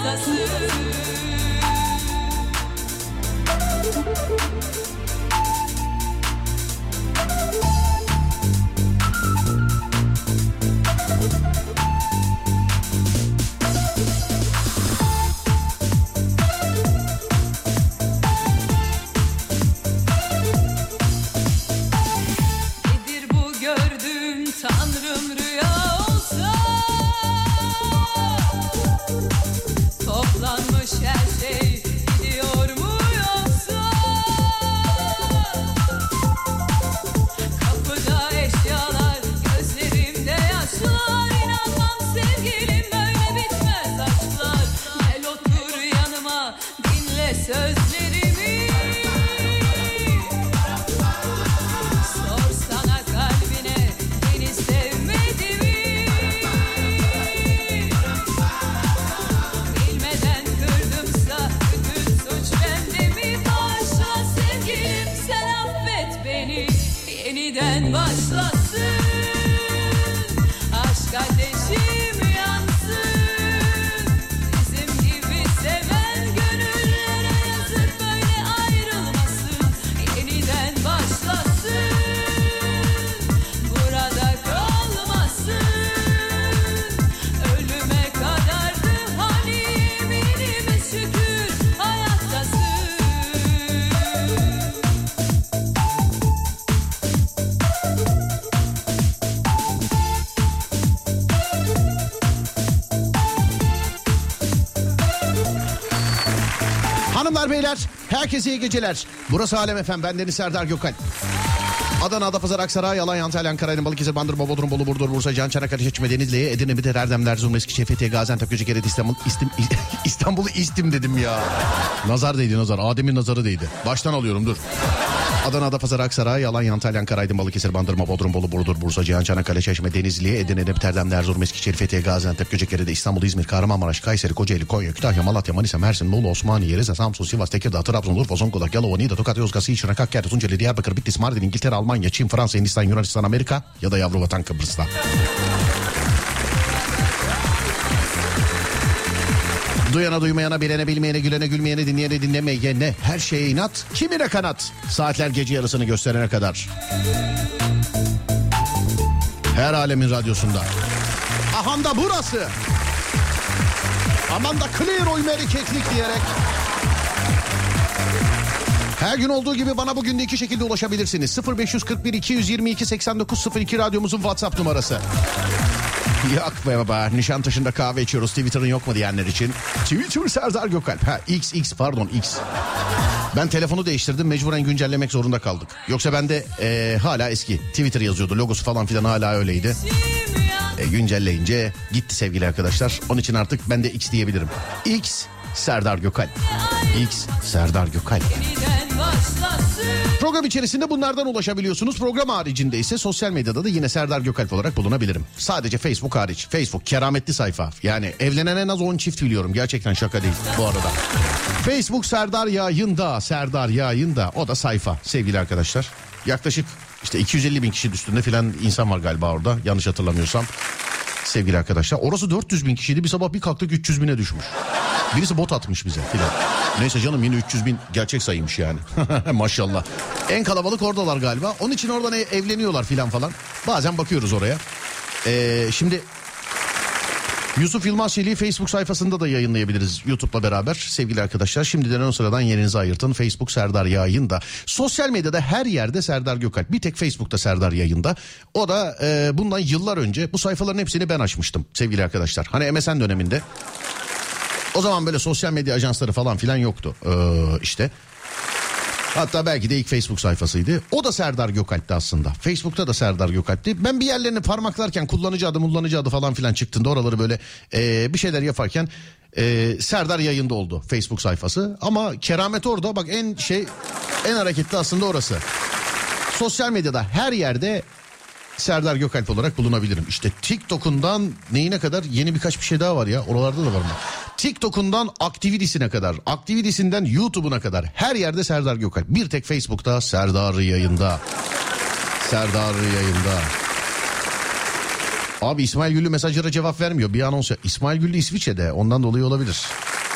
hayattasın. Tanrım rüya olsa, toplanmış her şey gidiyor mu yoksa, kapıda eşyalar, gözlerimde yaşlar, inanmam sevgilim böyle bitmez aşklar. Gel otur yanıma, dinle sözlerimi. Başlasın, aşk ateşim yansın, bizim gibi seven gönüllere yazık böyle ayrılmasın, yeniden başlasın, burada kalmasın, ölüme kadardı hani yeminimiz, şükür hayattasın. Hanımlar beyler herkese iyi geceler. Burası Alem FM, ben Deniz Serdar Gökalp. Adana, Adapazarı, Aksaray, Alanya, Antalya, Ankara, Balıkesir, Bandırma, Bodrum, Bolu, Burdur, Bursa, Can, Çanakkale, Çeşme, Denizli, Edirne, Biter, Erdem, Erzurum, Eskişehir, Fethiye, Gaziantep, Göcekere, İstanbul'u istim dedim ya. Nazar değdi, nazar. Adem'in nazarı değdi. Baştan alıyorum, dur. Adana, Adapazarı, Aksaray, Alanya, Antalya, Ankara, Balıkesir, Bandırma, Bodrum, Bolu, Burdur, Bursa, Cihan, Çanakkale, Çeşme, Denizli, Edirne, Biter, Erdem, Erzurum, Eskişehir, Fethiye, Gaziantep, Göcekere, İstanbul, İzmir, Kahramanmaraş, Kayseri, Kocaeli, Konya, Kütahya, Malatya, Manisa, Mersin, Muğla, Osmaniye, Rize, Samsun, Sivas, Tekirdağ, Trabzon, Urfa, Zonguldak, Yalova, Niğde, Tokat, Yozgat, İçirak, Hakkari, Tunceli, Diyarbakır, Bitlis, Mardin, İngiltere, Almanya, Çin, Fransa, Hindistan, Yunanistan, Amerika ya da yavru vatan Kıbrıs'ta. Duyana duymayana, bilene bilmeyene, gülene gülmeyene, dinleyene dinlemeyene, her şeye inat, kimine kanat. Saatler gece yarısını gösterene kadar. Her alemin radyosunda. Ahan da burası. Aman da clear oymeri keklik diyerek. Her gün olduğu gibi bana bugün de iki şekilde ulaşabilirsiniz. 0541 222 8902 radyomuzun WhatsApp numarası. Yok be baba, Nişantaşı'nda kahve içiyoruz, Twitter'ın yok mu diyenler için. Twitter Serdar Gökalp. X. Ben telefonu değiştirdim, mecburen güncellemek zorunda kaldık. Yoksa bende hala eski Twitter yazıyordu, logosu falan filan hala öyleydi. Güncelleyince gitti sevgili arkadaşlar. Onun için artık ben de X diyebilirim. X Serdar Gökalp. X Serdar Gökalp. Program içerisinde bunlardan ulaşabiliyorsunuz. Program haricinde ise sosyal medyada da yine Serdar Gökalp olarak bulunabilirim. Sadece Facebook hariç. Facebook kerametli sayfa. Yani evlenen en az 10 çift biliyorum. Gerçekten şaka değil bu arada. Facebook Serdar Yayında. Serdar Yayında. O da sayfa sevgili arkadaşlar. Yaklaşık işte 250 bin kişinin üstünde filan insan var galiba orada. Yanlış hatırlamıyorsam. Sevgili arkadaşlar. Orası 400 bin kişiydi. Bir sabah bir kalktık 300 bine düşmüş. Birisi bot atmış bize filan. Neyse canım, yine 300 bin gerçek sayıymış yani. Maşallah. En kalabalık oradalar galiba. Onun için oradan evleniyorlar filan falan. Bazen bakıyoruz oraya. Şimdi Yusuf Yılmaz Çelik'i Facebook sayfasında da yayınlayabiliriz YouTube'la beraber sevgili arkadaşlar. Şimdiden ön sıradan yerinizi ayırtın. Facebook Serdar Yayında. Sosyal medyada her yerde Serdar Gökalp. Bir tek Facebook'ta Serdar Yayında. O da bundan yıllar önce bu sayfaların hepsini ben açmıştım sevgili arkadaşlar. Hani MSN döneminde. O zaman böyle sosyal medya ajansları falan filan yoktu işte. Hatta belki de ilk Facebook sayfasıydı. O da Serdar Gökalp'ti aslında. Facebook'ta da Serdar Gökalp'ti. Ben bir yerlerini parmaklarken kullanıcı adı falan filan çıktığında oraları böyle bir şeyler yaparken Serdar Yayında oldu Facebook sayfası. Ama keramet orada, bak en hareketli aslında orası. Sosyal medyada her yerde Serdar Gökalp olarak bulunabilirim. İşte TikTok'undan neyine kadar yeni birkaç bir şey daha var ya. Oralarda da var mı? TikTok'undan aktivitesine kadar, aktivitesinden YouTube'una kadar her yerde Serdar Gökalp. Bir tek Facebook'ta Serdar Yayında. Serdar Yayında. Abi İsmail Güllü mesajlara cevap vermiyor. Bir anons. İsmail Güllü İsviçre'de, ondan dolayı olabilir.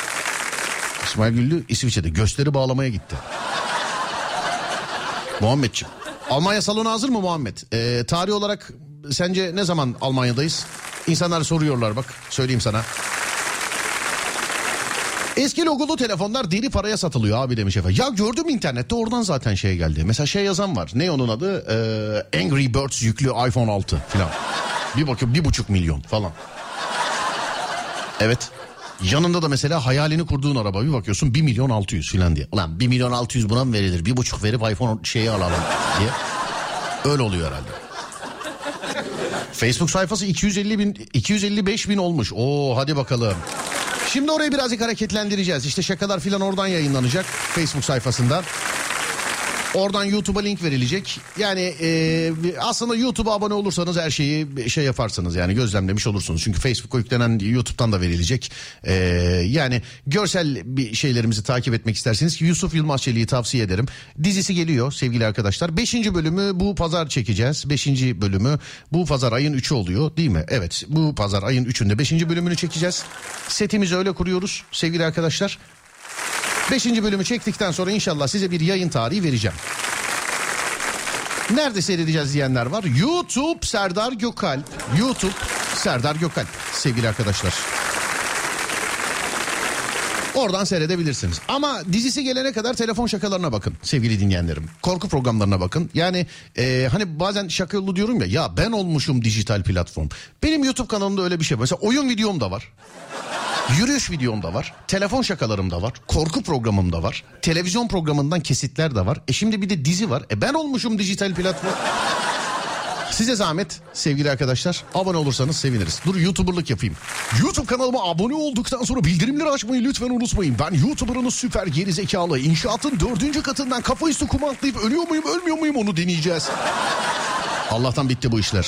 İsmail Güllü İsviçre'de gösteri bağlamaya gitti. Muhammedciğim. Almanya salonu hazır mı Muhammed? Tarih olarak sence ne zaman Almanya'dayız? İnsanlar soruyorlar bak, söyleyeyim sana. Eski logolu telefonlar deli paraya satılıyor abi demiş efendim. Ya gördüm internette, oradan zaten şey geldi. Mesela şey yazan var. Ne onun adı? Angry Birds yüklü iPhone 6 falan. Bir bakıyorum 1,5 milyon falan. Evet. Yanında da mesela hayalini kurduğun araba, bir bakıyorsun 1.600.000 falan diye. Ulan 1.600.000 buna mı verilir? 1,5 verip iPhone şeyi alalım diye. Öyle oluyor herhalde. Facebook sayfası 255.000 olmuş. Oo hadi bakalım. Şimdi orayı birazcık hareketlendireceğiz. İşte şakalar filan oradan yayınlanacak Facebook sayfasında. Oradan YouTube'a link verilecek. Yani aslında YouTube'a abone olursanız her şeyi şey yaparsınız. Yani gözlemlemiş olursunuz. Çünkü Facebook'a yüklenen YouTube'dan da verilecek. Yani görsel bir şeylerimizi takip etmek isterseniz Yusuf Yılmaz Çelik'i tavsiye ederim. Dizisi geliyor sevgili arkadaşlar. 5. bölümü bu pazar çekeceğiz. 5. bölümü bu pazar ayın 3'ü oluyor değil mi? Evet, bu pazar ayın 3'ünde 5. bölümünü çekeceğiz. Setimizi öyle kuruyoruz sevgili arkadaşlar. 5. bölümü çektikten sonra inşallah size bir yayın tarihi vereceğim. Nerede seyredeceğiz diyenler var. YouTube Serdar Gökalp. YouTube Serdar Gökalp sevgili arkadaşlar. Oradan seyredebilirsiniz. Ama dizisi gelene kadar telefon şakalarına bakın sevgili dinleyenlerim. Korku programlarına bakın. Yani hani bazen şaka yolu diyorum ya ben olmuşum dijital platform. Benim YouTube kanalımda öyle bir şey var. Mesela oyun videom da var. Yürüyüş videom da var. Telefon şakalarım da var. Korku programım da var. Televizyon programından kesitler de var. Şimdi bir de dizi var. Ben olmuşum dijital platform. Size zahmet sevgili arkadaşlar. Abone olursanız seviniriz. Dur YouTuber'lık yapayım. YouTube kanalıma abone olduktan sonra bildirimleri açmayı lütfen unutmayın. Ben YouTuber'ınız süper gerizekalı. İnşaatın 4. katından kafa üstü kuma atlayıp ölüyor muyum ölmüyor muyum onu deneyeceğiz. Allah'tan bitti bu işler.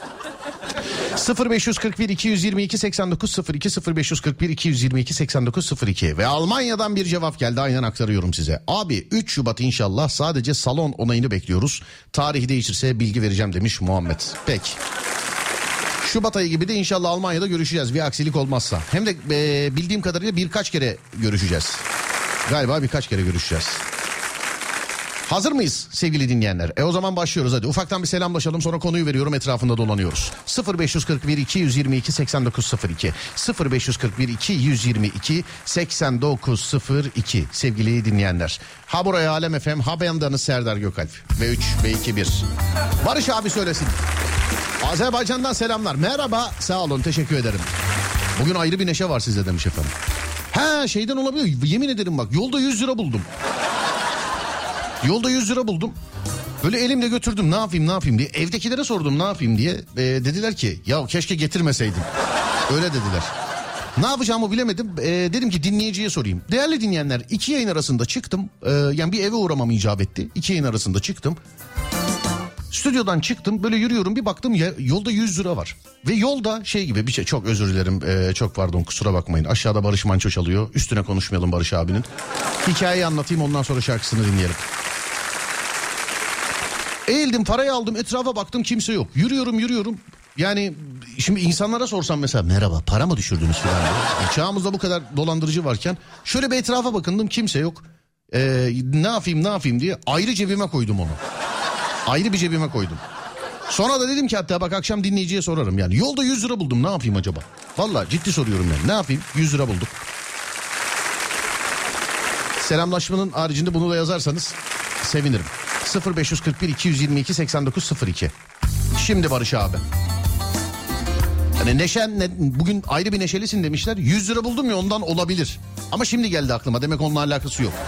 0541 222 8902 0541 222 8902 ve Almanya'dan bir cevap geldi, aynen aktarıyorum size. Abi 3 Şubat inşallah, sadece salon onayını bekliyoruz. Tarihi değişirse bilgi vereceğim demiş Muhammed. Peki. Şubat ayı gibi de inşallah Almanya'da görüşeceğiz bir aksilik olmazsa. Hem de bildiğim kadarıyla birkaç kere görüşeceğiz. Galiba birkaç kere görüşeceğiz. Hazır mıyız sevgili dinleyenler? O zaman başlıyoruz hadi. Ufaktan bir selamlaşalım, sonra konuyu veriyorum, etrafında dolanıyoruz. 0541 222 8902 0541 222 8902 sevgili dinleyenler. Ha buraya Alem FM, ha bendanız Serdar Gökalp. V3, V2, 1. Barış abi söylesin. Azerbaycan'dan selamlar. Merhaba, sağ olun, teşekkür ederim. Bugün ayrı bir neşe var sizde demiş efendim. Ha şeyden olabilir, yemin ederim bak, yolda 100 lira buldum. Yolda 100 lira buldum. Böyle elimle götürdüm, ne yapayım diye. Evdekilere sordum ne yapayım diye. Dediler ki ya keşke getirmeseydim. Öyle dediler. Ne yapacağımı bilemedim. Dedim ki dinleyiciye sorayım. Değerli dinleyenler, 2 yayın arasında çıktım. Yani bir eve uğramam icap etti. 2 yayın arasında çıktım. Stüdyodan çıktım, böyle yürüyorum, bir baktım ya, yolda 100 lira var. Ve yolda şey gibi bir şey, çok özür dilerim, çok pardon, kusura bakmayın. Aşağıda Barış Manço çalıyor, üstüne konuşmayalım Barış abinin. Hikayeyi anlatayım, ondan sonra şarkısını dinleyelim. Eğildim, parayı aldım, etrafa baktım, kimse yok. Yürüyorum. Yani şimdi insanlara sorsam mesela merhaba para mı düşürdünüz falan diye. Yani çağımızda bu kadar dolandırıcı varken şöyle bir etrafa bakındım, kimse yok. Ne yapayım diye ayrı cebime koydum onu. Ayrı bir cebime koydum. Sonra da dedim ki hatta bak akşam dinleyiciye sorarım yani. Yolda 100 lira buldum, ne yapayım acaba? Vallahi ciddi soruyorum yani. Ne yapayım? 100 lira bulduk. Selamlaşmanın haricinde bunu da yazarsanız sevinirim. 0541 222 8902. Şimdi Barış abi. Hani bugün ayrı bir neşelisin demişler. 100 lira buldum ya, ondan olabilir. Ama şimdi geldi aklıma, demek onunla alakası yok.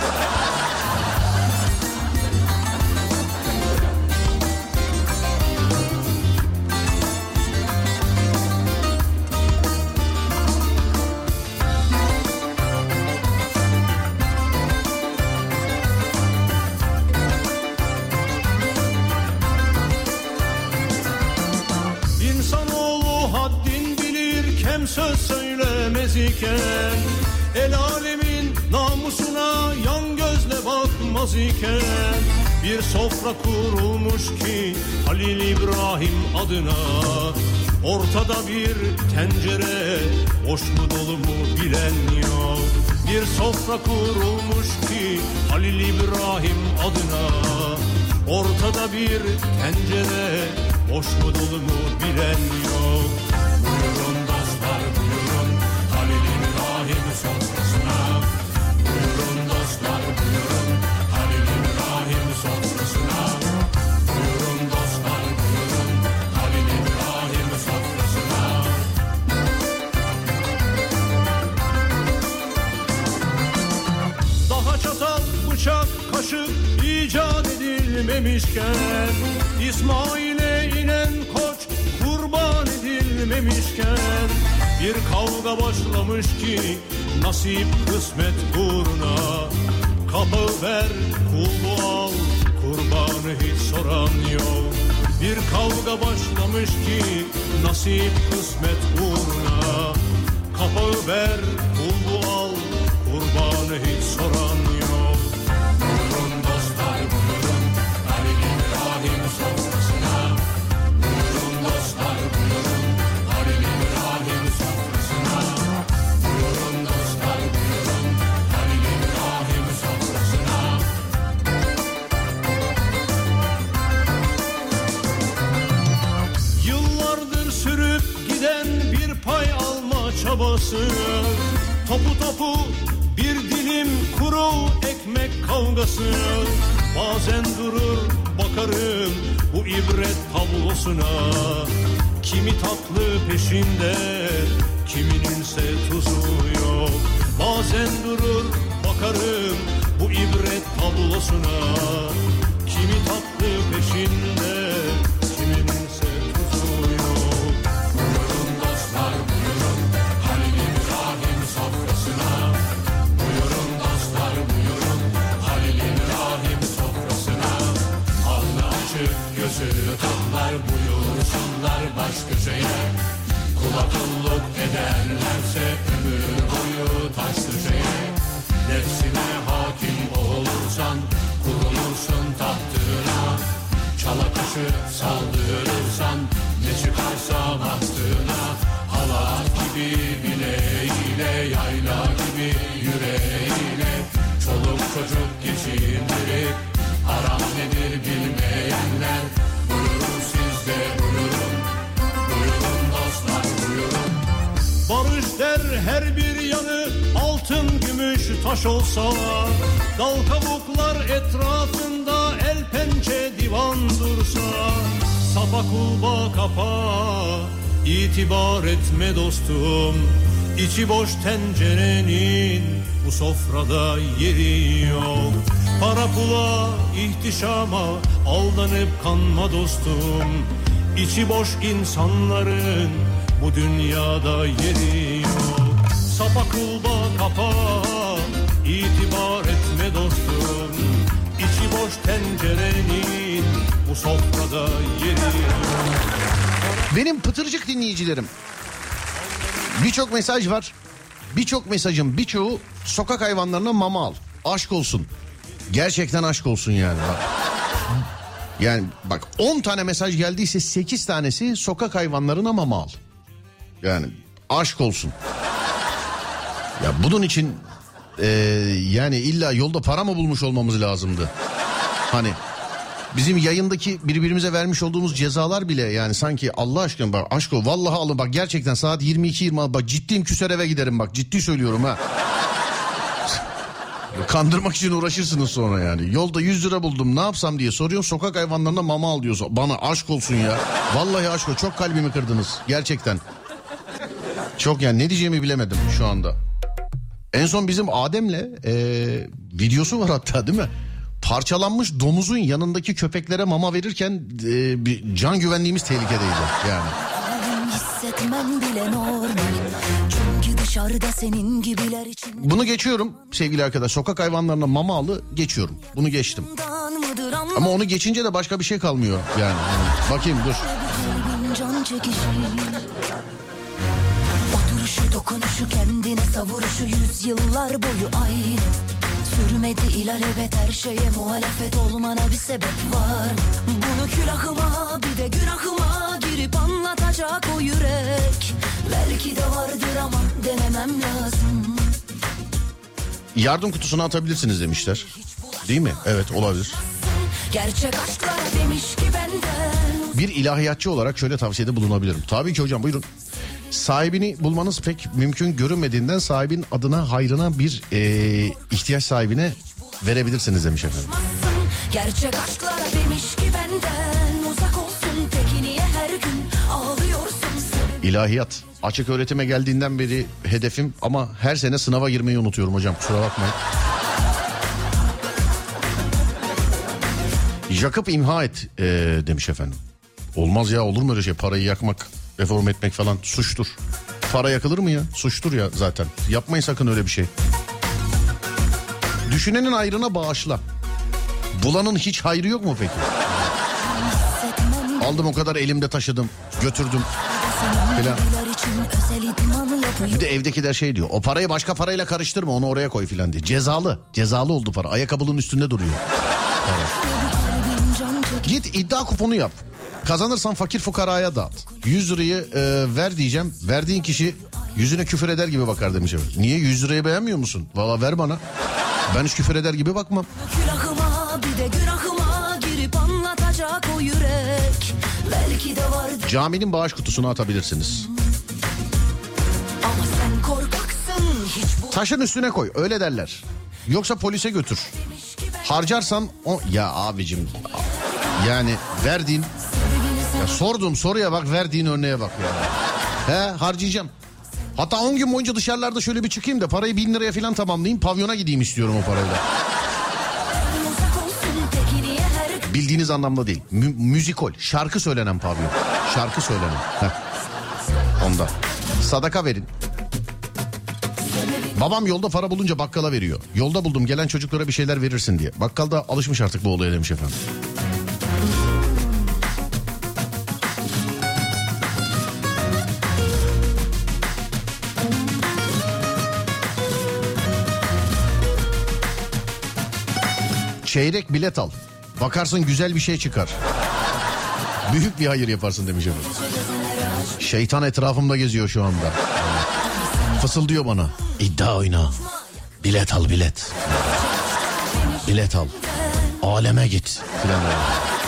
Söz söylemez iken, el alemin namusuna yan gözle bakmaz iken, bir sofra kurulmuş ki Halil İbrahim adına, ortada bir tencere, boş mu dolu mu bilen yok. Bir sofra kurulmuş ki Halil İbrahim adına. Ortada bir tencere, boş mu dolu mu bilen yok. Buyurun dostlar buyurun, Halil İbrahim sofrasına. Buyurun dostlar buyurun, Halil İbrahim sofrasına. Buyurun dostlar buyurun, Halil İbrahim sofrasına. Daha çatal, bıçak, kaşık icat edilmemişken, İsmail'e inen koç kurban edilmemişken, bir kavga başlamış ki nasip kısmet uğruna. Kapağı ver, kulu al, kurbanı hiç soran yok. Bir kavga başlamış ki nasip kısmet uğruna. Kapağı ver, kulu al, kurbanı hiç soran yok. Buyurun dostlar buyurun, Halil İbrahim sofrasına. Buyurun dostlar buyurun, Halil İbrahim sofrasına. Buyurun dostlar buyurun, Halil İbrahim sofrasına. Yıllardır sürüp giden bir pay alma çabası. Topu topu bir dilim kuru ekmek kavgası. Bazen durur bakarım bu ibret tablosuna. Kimi tatlı peşinde, kimininse tuzu yok. Bazen durur bakarım bu ibret tablosuna. Kimi tatlı peşinde, kimininse tuzu yok. Buyurun dostlar buyurun, Halil İbrahim sofrasına. Buyurun dostlar buyurun, Halil İbrahim sofrasına. Alnı açık gözü tamlar buyursunlar baş köşeye. Kula kulluk ederlerse ömür boyu taş köşeye. Nefsine hakim olursan kurulursun tahtına. Çala kaşı saldırırsan ne çıkarsa bahtına. Halat gibi bileğiyle, yayla gibi yüreğiyle. Çoluk çocuk geçindirip haram nedir bilmeyenler. Buyurun siz de buyurun, buyurun dostlar buyurun. Barış der her bir yanı altın gümüş taş olsa. Dal kabuklar etrafında el pençe divan dursa. Sapa kulba kapa, itibar etme dostum. İçi boş tencerenin bu sofrada yeri yok. Para pula, ihtişama aldanıp kanma dostum. İçi boş insanların bu dünyada yeri yok. Sapa kulba kapa, itibar etme dostum. İçi boş tencerenin bu sofrada yeri yok. Benim pıtırcık dinleyicilerim, birçok mesaj var. Birçok mesajın birçoğu sokak hayvanlarına mama al. Aşk olsun. Gerçekten aşk olsun yani. Yani bak 10 tane mesaj geldiyse 8 tanesi sokak hayvanlarına mama al. Yani aşk olsun. Ya bunun için yani illa yolda para mı bulmuş olmamız lazımdı? Hani bizim yayındaki birbirimize vermiş olduğumuz cezalar bile yani sanki Allah aşkına bak aşk ol. Vallahi alın bak gerçekten saat 22:20 bak ciddiyim küser eve giderim bak ciddi söylüyorum ha. Kandırmak için uğraşırsınız sonra yani. Yolda 100 lira buldum ne yapsam diye soruyorsun sokak hayvanlarına mama al diyorsun. Bana aşk olsun ya. Vallahi aşk olsun çok kalbimi kırdınız gerçekten. Çok yani ne diyeceğimi bilemedim şu anda. En son bizim Adem'le videosu var hatta değil mi? Parçalanmış domuzun yanındaki köpeklere mama verirken bir can güvenliğimiz tehlikedeydi yani. Hissetmen bile normal. Çünkü dışarıda senin gibiler için. Bunu geçiyorum sevgili arkadaş. Sokak hayvanlarına mama alı geçiyorum. Bunu geçtim. Ama onu geçince de başka bir şey kalmıyor yani. Bakayım dur. Can çekişi. Oturuşu, dokunuşu, kendine savuruşu yüzyıllar boyu aynı. Sürmedi ilelebet her şeye muhalefet olmana bir sebep var. Bunu külahıma bir de günahıma girip anlatacak o yürek. Belki de vardır ama denemem lazım. Yardım kutusuna atabilirsiniz demişler. Değil mi? Evet, olabilir. Gerçek aşklar demiş ki benden. Bir ilahiyatçı olarak şöyle tavsiyede bulunabilirim. Tabii ki hocam, buyurun. Sahibini bulmanız pek mümkün görünmediğinden sahibin adına hayrına bir ihtiyaç sahibine verebilirsiniz demiş efendim. Gerçek aşklar demiş ki benden. Uzak olsun peki niye her gün ağlıyorsun? İlahiyat. Açık öğretime geldiğinden beri hedefim ama her sene sınava girmeyi unutuyorum hocam, kusura bakmayın. Yakıp imha et demiş efendim. Olmaz ya, olur mu öyle şey? Parayı yakmak, reform etmek falan suçtur. Para yakılır mı ya? Suçtur ya zaten. Yapmayın sakın öyle bir şey. Düşünenin hayrına bağışla. Bulanın hiç hayrı yok mu peki? Aldım o kadar, elimde taşıdım, götürdüm falan. Bir de evdekiler şey diyor, o parayı başka parayla karıştırma, onu oraya koy filan diye. Cezalı oldu para, ayakkabının üstünde duruyor para. Git iddia kuponu yap, kazanırsan fakir fukaraya dağıt. 100 lirayı ver diyeceğim, verdiğin kişi yüzüne küfür eder gibi bakar demiş efendim. Niye, 100 lirayı beğenmiyor musun? Valla ver bana, ben hiç küfür eder gibi bakmam. Külahıma bir de günahıma girip anlatacak o yürek. Belki de vardı. Caminin bağış kutusuna atabilirsiniz. Ama sen korkaksın hiç bu. Taşın üstüne koy, öyle derler. Yoksa polise götür. Harcarsan o... Ya abicim, yani verdiğin... Ya sorduğum soruya bak, verdiğin örneğe bak ya. He, harcayacağım. Hatta 10 gün boyunca dışarılarda şöyle bir çıkayım da parayı 1000 liraya falan tamamlayayım, pavyona gideyim istiyorum o parayla. Bildiğiniz anlamda değil. Müzikol, şarkı söylenen pavyon. Şarkı söylenen. Heh. Onda. Sadaka verin. Babam yolda para bulunca bakkala veriyor. Yolda buldum, gelen çocuklara bir şeyler verirsin diye. Bakkal da alışmış artık bu olaya demiş efendim. Çeyrek bilet al. Bakarsın güzel bir şey çıkar. Büyük bir hayır yaparsın demiş efendim. Şeytan etrafımda geziyor şu anda. Fısıldıyor bana. İddia oyna. Bilet al, bilet. Bilet al. Aleme git. Falan böyle.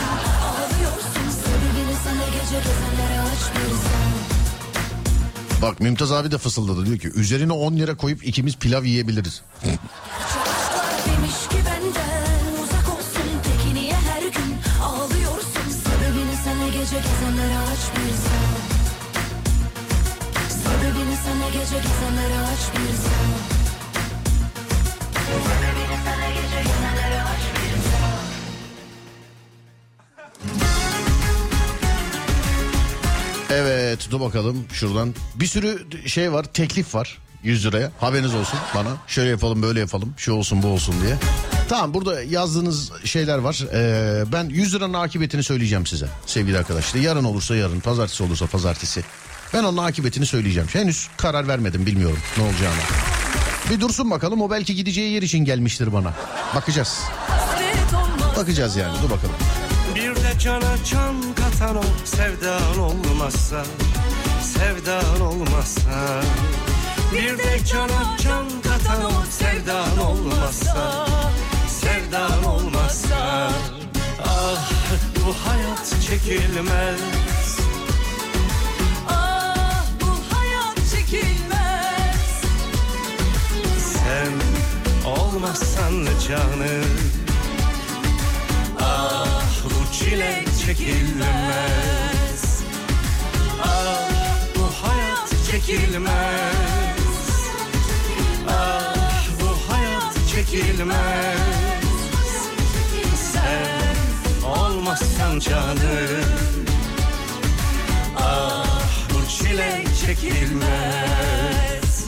Bak Mümtaz abi de fısıldadı, diyor ki üzerine 10 lira koyup ikimiz pilav yiyebiliriz. Evet, dur bakalım şuradan. Bir sürü şey var, teklif var 100 liraya. Haberiniz olsun bana. Şöyle yapalım, böyle yapalım, şu olsun, bu olsun diye. Tamam, burada yazdığınız şeyler var. Ben 100 liranın akıbetini söyleyeceğim size sevgili arkadaşlar. Yarın olursa yarın, pazartesi olursa pazartesi. Ben onun akıbetini söyleyeceğim. Henüz karar vermedim, bilmiyorum ne olacağını. Bir dursun bakalım, o belki gideceği yer için gelmiştir bana. Bakacağız. Bakacağız yani, dur bakalım. Bir de cana can katan o sevdan olmazsa, sevdan olmazsa. Bir de cana can katan o sevdan olmazsa, sevdan olmazsa. Ah bu hayat çekilmez. Ah bu hayat çekilmez. Sen olmazsan canım. Ah bu çile çekilmez. Ah bu hayat çekilmez. Ah bu hayat çekilmez. Sen olmazsan canım. Ah bu çile çekilmez.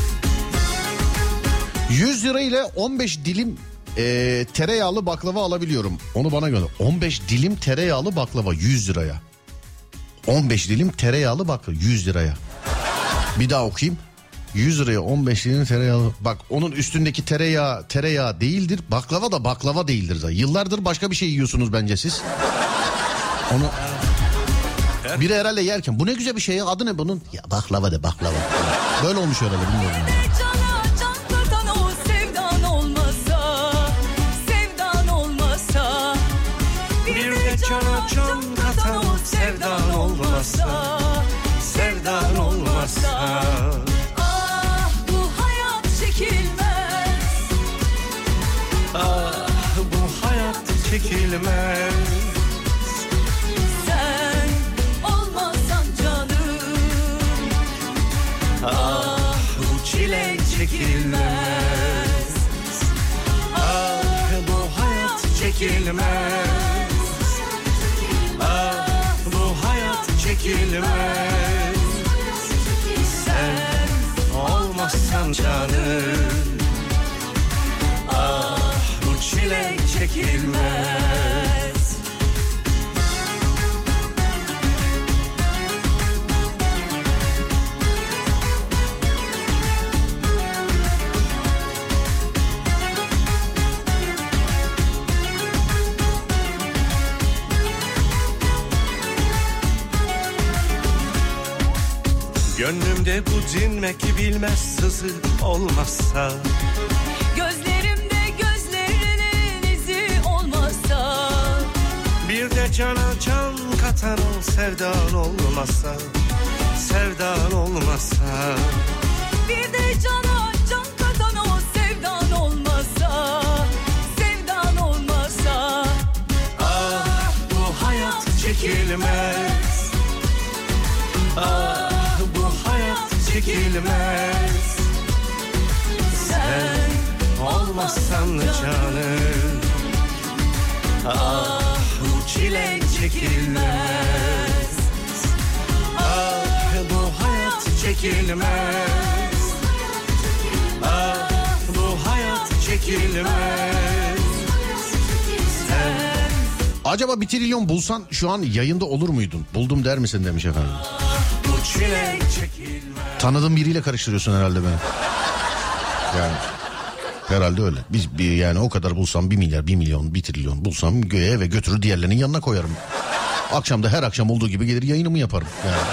100 lira ile 15 dilim tereyağlı baklava alabiliyorum. Onu bana gönder. 15 dilim tereyağlı baklava 100 liraya. 15 dilim tereyağlı baklava 100 liraya. Bir daha okuyayım. 100 liraya 15 dilim tereyağlı. Bak onun üstündeki tereyağı değildir. Baklava da baklava değildir zaten. Yıllardır başka bir şey yiyorsunuz bence siz. Onu biri herhalde yerken bu ne güzel bir şey ya, adı ne bunun? Ya baklava de baklava. Böyle olmuş herhalde, bilmiyorum. Cana can katan o sevdan çekilmez. Sen olmazsan canım, Ah bu çile çekilmez. Ah bu hayat çekilmez. Ah bu hayat çekilmez. Sen olmazsan canım, ah bu çile çekilmez. Gönlümde bu dinmek bilmez sızı olmazsa, gözlerimde gözlerinin izi olmazsa, bir de cana can katan o sevdan olmazsa, sevdan olmazsa. bir de cana can katan o sevdan olmazsa, sevdan olmazsa. Ah bu hayat çekilmez. Ah bu hayat çekilmez. Sen olmazsan canım, ah bu çile çekilmez. Ah bu hayat çekilmez. Ah bu hayat çekilmez. Sen Acaba 1 trilyon bulsan şu an yayında olur muydun? Buldum der misin demiş efendim. bu çile çekilmez. Tanıdığın biriyle karıştırıyorsun herhalde beni. Yani herhalde öyle. Yani o kadar bulsam 1 milyar, 1 milyon, 1 trilyon bulsam göğe ve götürür diğerlerinin yanına koyarım. Akşam da her akşam olduğu gibi gelir yayınımı yaparım.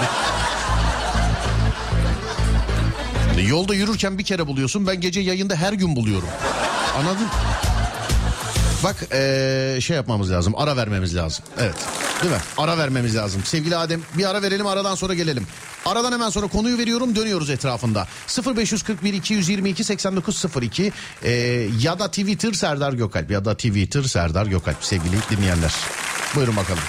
Yani. Yolda yürürken bir kere buluyorsun, ben gece yayında her gün buluyorum. Anladın? Bak şey yapmamız lazım, ara vermemiz lazım. Evet, değil mi? Ara vermemiz lazım. Sevgili Adem, bir ara verelim, aradan sonra gelelim. Aradan hemen sonra konuyu veriyorum, dönüyoruz etrafında. 0541 222 8902 ya da Twitter Serdar Gökalp, ya da Twitter Serdar Gökalp sevgili dinleyenler. Buyurun bakalım.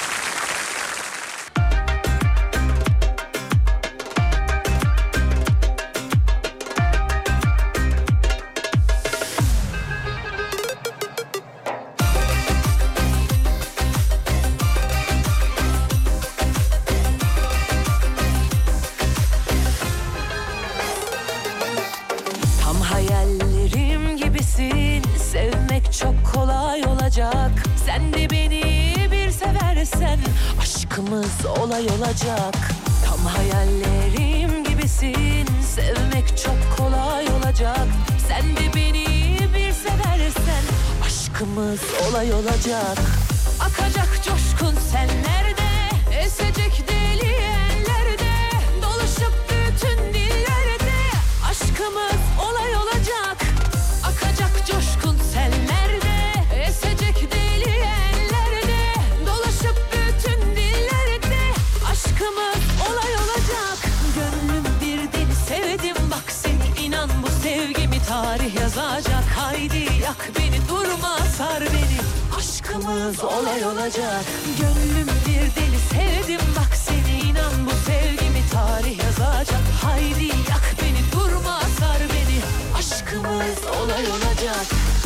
Olay olacak. Tam hayallerim gibisin. Sevmek çok kolay olacak. Sen de beni bir seversen aşkımız olay olacak. Akacak coşkun senlerde, esecek deli ellerde, dolaşıp bütün dillerde aşkımız olay olacak. Akacak coşkun senlerde, esecek deli ellerde, dolaşıp bütün aşkımız olay olacak. Gönlüm bir deli sevdim bak sen, inan bu sevgimi tarih yazacak. Haydi yak beni, durma sar beni, aşkımız olay olacak. Gönlüm bir deli sevdim bak seni, inan bu sevgimi tarih yazacak. Haydi yak beni, durma sar beni, aşkımız olay olacak.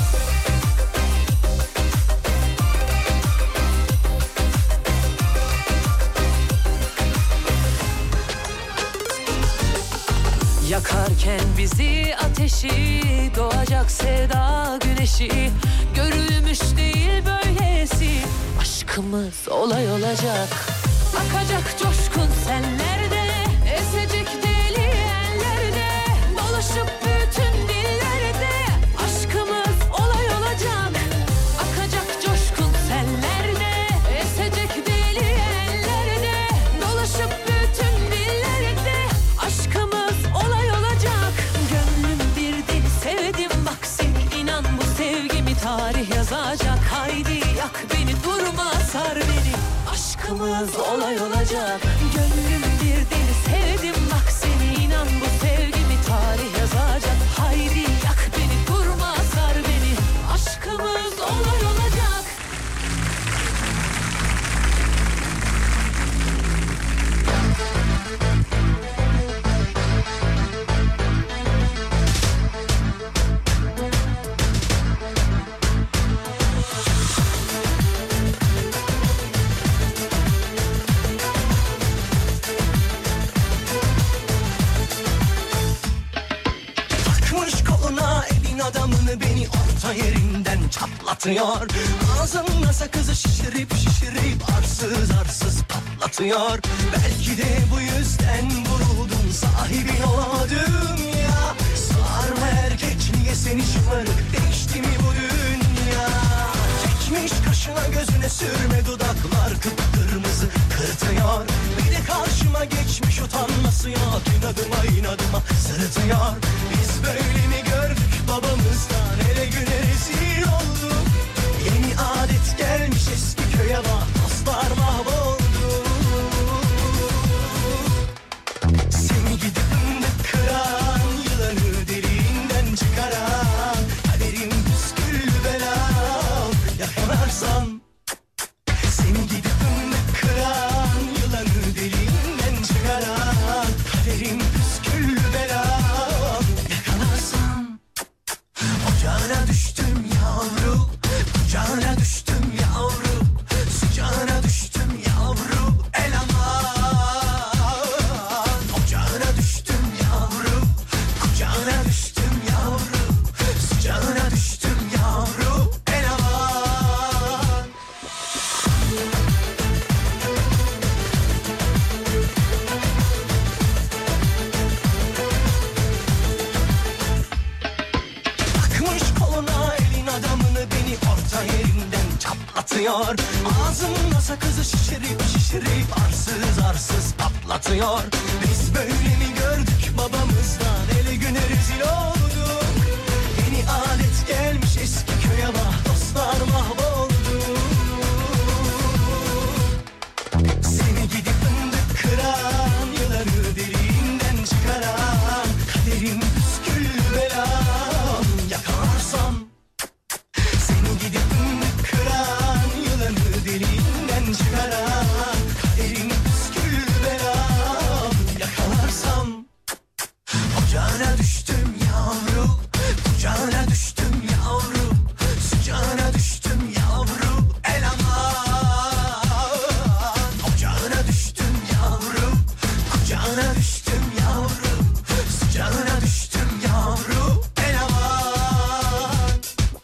Yakarken bizi ateşi, doğacak sevda güneşi, görülmüş değil böylesi, aşkımız olay olacak. Akacak coşkun senlerde, esecek deli ellerde, dolaşıp bütün dillerde aşkımız olay olacak. Akacak coşkun senlerde, esecek deli ellerde, dolaşıp bütün dillerde aşkımız olay olacak. Gönlüm bir deli sevdim bak sen, inan bu sevgimi tarih yazacak. Haydi yak beni, durma sar beni, aşkımız olay olacak. Gönlüm bir deli sevdim bak seni, inan bu sevgimi tarih yazacak. Haydi yak beni, durma sar beni, aşkımız olay olacak. adamını beni orta yerinden çatlatıyor. Ağzımda sakızı şişirip arsız arsız patlatıyor. Belki de bu yüzden vuruldum, sahibin olamadım ya. Sağır mı erkekliğe seni şımarık, değişti mi bu dünya? Çekmiş kaşına gözüne sürme, dudaklar kıpkırmızı kırtıyor. Bir de karşıma geçmiş utanması yok, inadıma sırıtıyor. Biz böyle mi gördük babamızdan, hele güne rezil olduk. Yeni adet gelmiş eski köye bak, dostlar mahvoldu. Seni gidip fındık kıran, yılanı deliğinden çıkaran, kaderim püskül belam yakalarsan. Seni gidip fındık kıran, yılanı deliğinden çıkaran, kaderim püskül belam yakalarsan. Ocağına düştüm yavru, kucağına düştüm yavru, sıcağına düştüm yavru, el aman. Ocağına düştüm yavru, kucağına düştüm yavru, sıcağına düştüm yavru, el aman. Takmış koluna elin adamını beni orta yerinden çatlatıyor. Ağzımda sakızı şişirip arsız arsız patlatıyor. Biz böyle mi gördük babamızdan, hele güne rezil olduk. Yeni adet gelmiş eski köye bak, dostlar mahvoldu. Seni gidip fındık kıran, yılanı deliğinden çıkaran, kaderim püskül belam yakalarsam. Seni gidip fındık kıran, yılanı deliğinden çıkaran, kaderim püskül belam yakalarsam. Ocağına düştüm yavru, kucağına düştüm yavru, sıcağına düştüm yavru, el aman. Ocağına düştüm yavru, kucağına düştüm yavru, sıcağına düştüm yavru, el aman.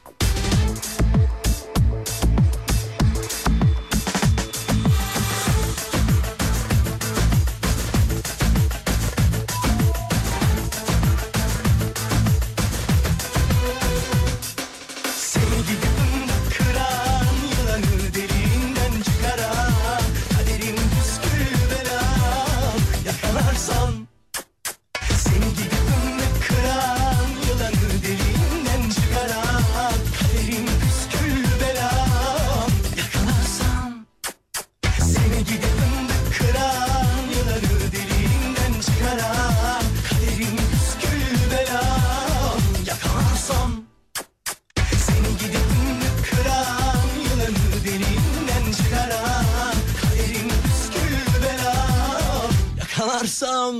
Seni gidip fındık kıran, yılanı deliğinden çıkaran, kaderim püskül belam yakalarsan. Seni gidip fındık kıran, yılanı deliğinden çıkaran, kaderim püskül belam yakalarsan. Seni gidip fındık kıran, yılanı deliğinden çıkaran, kaderim püskül belam yakalarsam. Seni gidip fındık kıran, yılanı deliğinden çıkaran, kaderim püskül belam yakalarsam.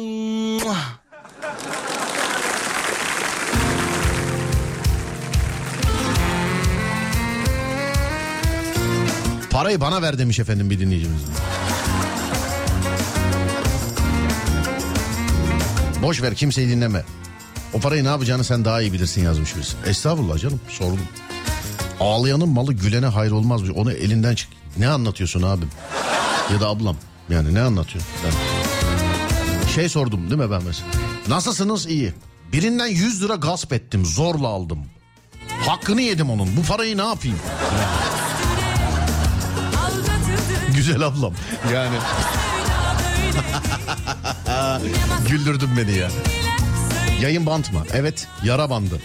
Parayı bana ver demiş efendim bir dinleyicimiz. Boş ver, kimseyi dinleme. O parayı ne yapacağını sen daha iyi bilirsin yazmış birisi. Estağfurullah canım, sordum. Ağlayanın malı gülene hayır olmaz. Onu elinden çık. Ne anlatıyorsun abim? Ya da ablam. Yani ne anlatıyorsun? Ben sordum değil mi ben mesela? Nasılsınız? İyi. Birinden 100 lira gasp ettim. Zorla aldım. Hakkını yedim onun. Bu parayı ne yapayım? Güzel ablam. Yani. Güldürdün beni ya. Yayın bant mı? Evet, yara bandı.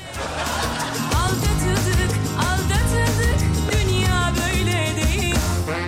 Aldatıldık, dünya böyle değil.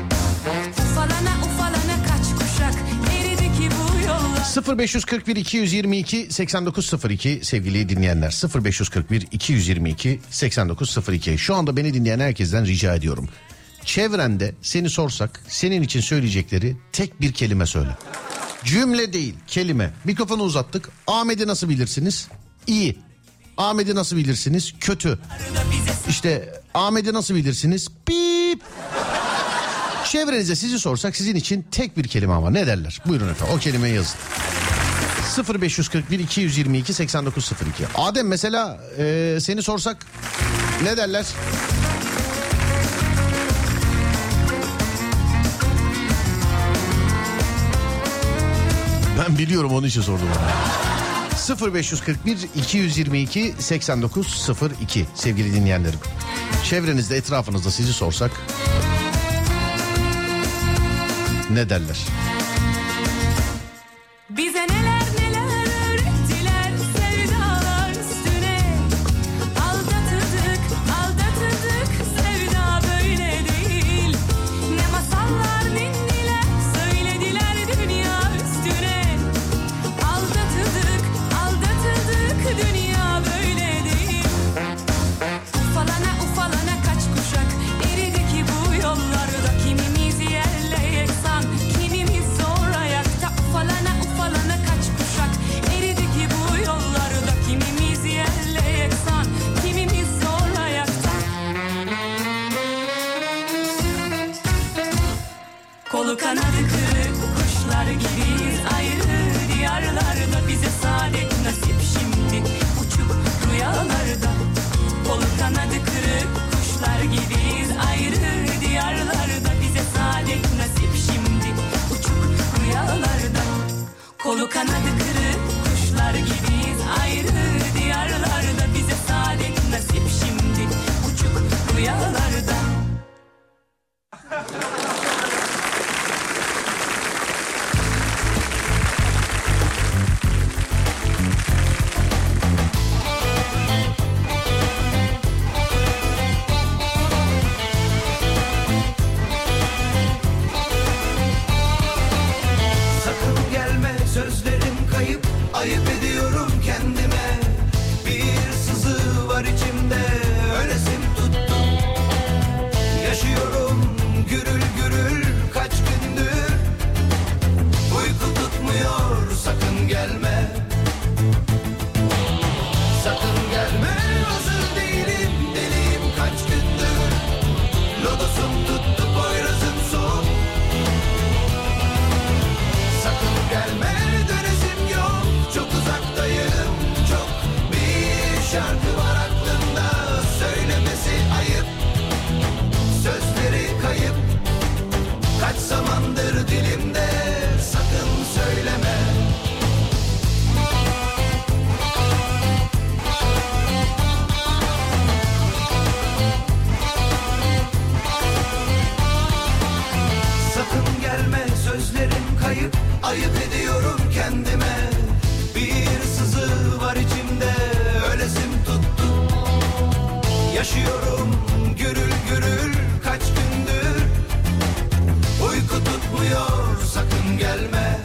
Ufalana kaç kuşak eridi ki bu yollar. 0541 222 8902 sevgili dinleyenler. 0541 222 8902. Şu anda beni dinleyen herkesten rica ediyorum. Çevrende seni sorsak senin için söyleyecekleri tek bir kelime söyle. Cümle değil, kelime. Mikrofonu uzattık. Ahmet'i nasıl bilirsiniz? İyi. Ahmet'i nasıl bilirsiniz? Kötü. İşte Ahmet'i nasıl bilirsiniz? Bip. Çevrenize sizi sorsak sizin için tek bir kelime var. Ne derler? Buyurun efendim, o kelimeyi yazın. 0541 222 8902. Adem mesela seni sorsak ne derler? Ben biliyorum, onun için sordum. 0541 222 8902 sevgili dinleyenlerim. Çevrenizde, etrafınızda sizi sorsak ne derler? Bize neler neler öğrettiler sevdalar üstüne. Aldatıldık, aldatıldık, sevda böyle değil. Ne masallar ninniler söylediler dünya üstüne. Aldatıldık, aldatıldık, dünya böyle değil. Ufalana ufalana kaç kuşak eridi ki bu yollarda. Kimimiz yerle yeksan, kimimiz zor ayakta. Ufalana ufalana kaç kuşak eridi ki bu yollarda. Kimimiz yerle yeksan, kimimiz zor ayakta. Kolu kanadı kırık kuşlar gibiyiz ayrı diyarlarda. Bize saadet nasip şimdi uçuk rüyalarda. Kolu kanadı kırık kuşlar gibiyiz ayrı diyarlarda. Bize saadet nasip şimdi uçuk rüyalarda. Kolu kanadı kırık kuşlar gibiyiz ayrı diyarlarda. Bize saadet nasip şimdi uçuk rüyalarda. Sakın gelme, sözlerim kayıp, ayıp ediyorum kendime. Bir sızı var içimde, ölesim tuttu. Yaşıyorum gürül gürül kaç gündür. Uyku tutmuyor, sakın gelme. Sakın gelme, hazır değilim, deliyim kaç gündür. Lodosum tuttu, boyrazım soğuk. Sakın gelme, dönesim yok, çok uzaktayım, çok. Bir şarkı var aklımda, söylemesi ayıp. Sözleri kayıp, kaç zamandır dilimde, sakın söyleme. Sakın gelme, sözlerim kayıp, ayıp ediyorum kendime. Bir sızı var içimde, ölesim tuttu. Yaşıyorum gürül gürül kaç gündür. Uyku tutmuyor, sakın gelme.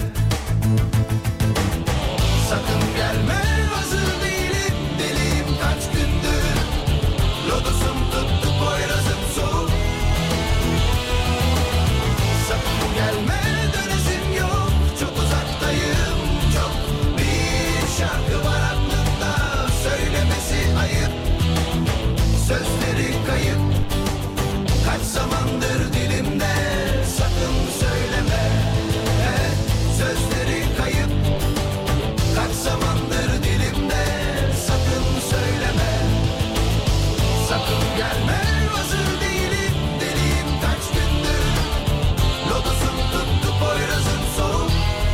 Sakın gelme, hazır değilim, deliyim kaç gündür. Lodosum tuttu, boyrazım soğuk. Sakın gelme, dönesim yok, çok uzaktayım, çok. Bir şarkı var aklımda, söylemesi ayıp. Sözleri kayıp, kaç zamandır dilimde, sakın söyleme. Sözleri kayıp, kaç zamandır dilimde, sakın söyleme. Sakın gelme, hazır değilim, deliyim kaç gündür. Lodosum tuttu, boyrazım soğuk.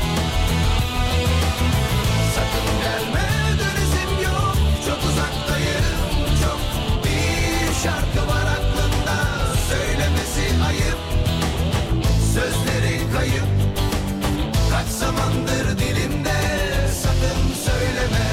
Sakın gelme, dönesim yok, çok uzaktayım, çok. Bir şarkı var aklımda, söylemesi ayıp. Sözleri kayıp, kaç zamandır dilimde, sakın söyleme.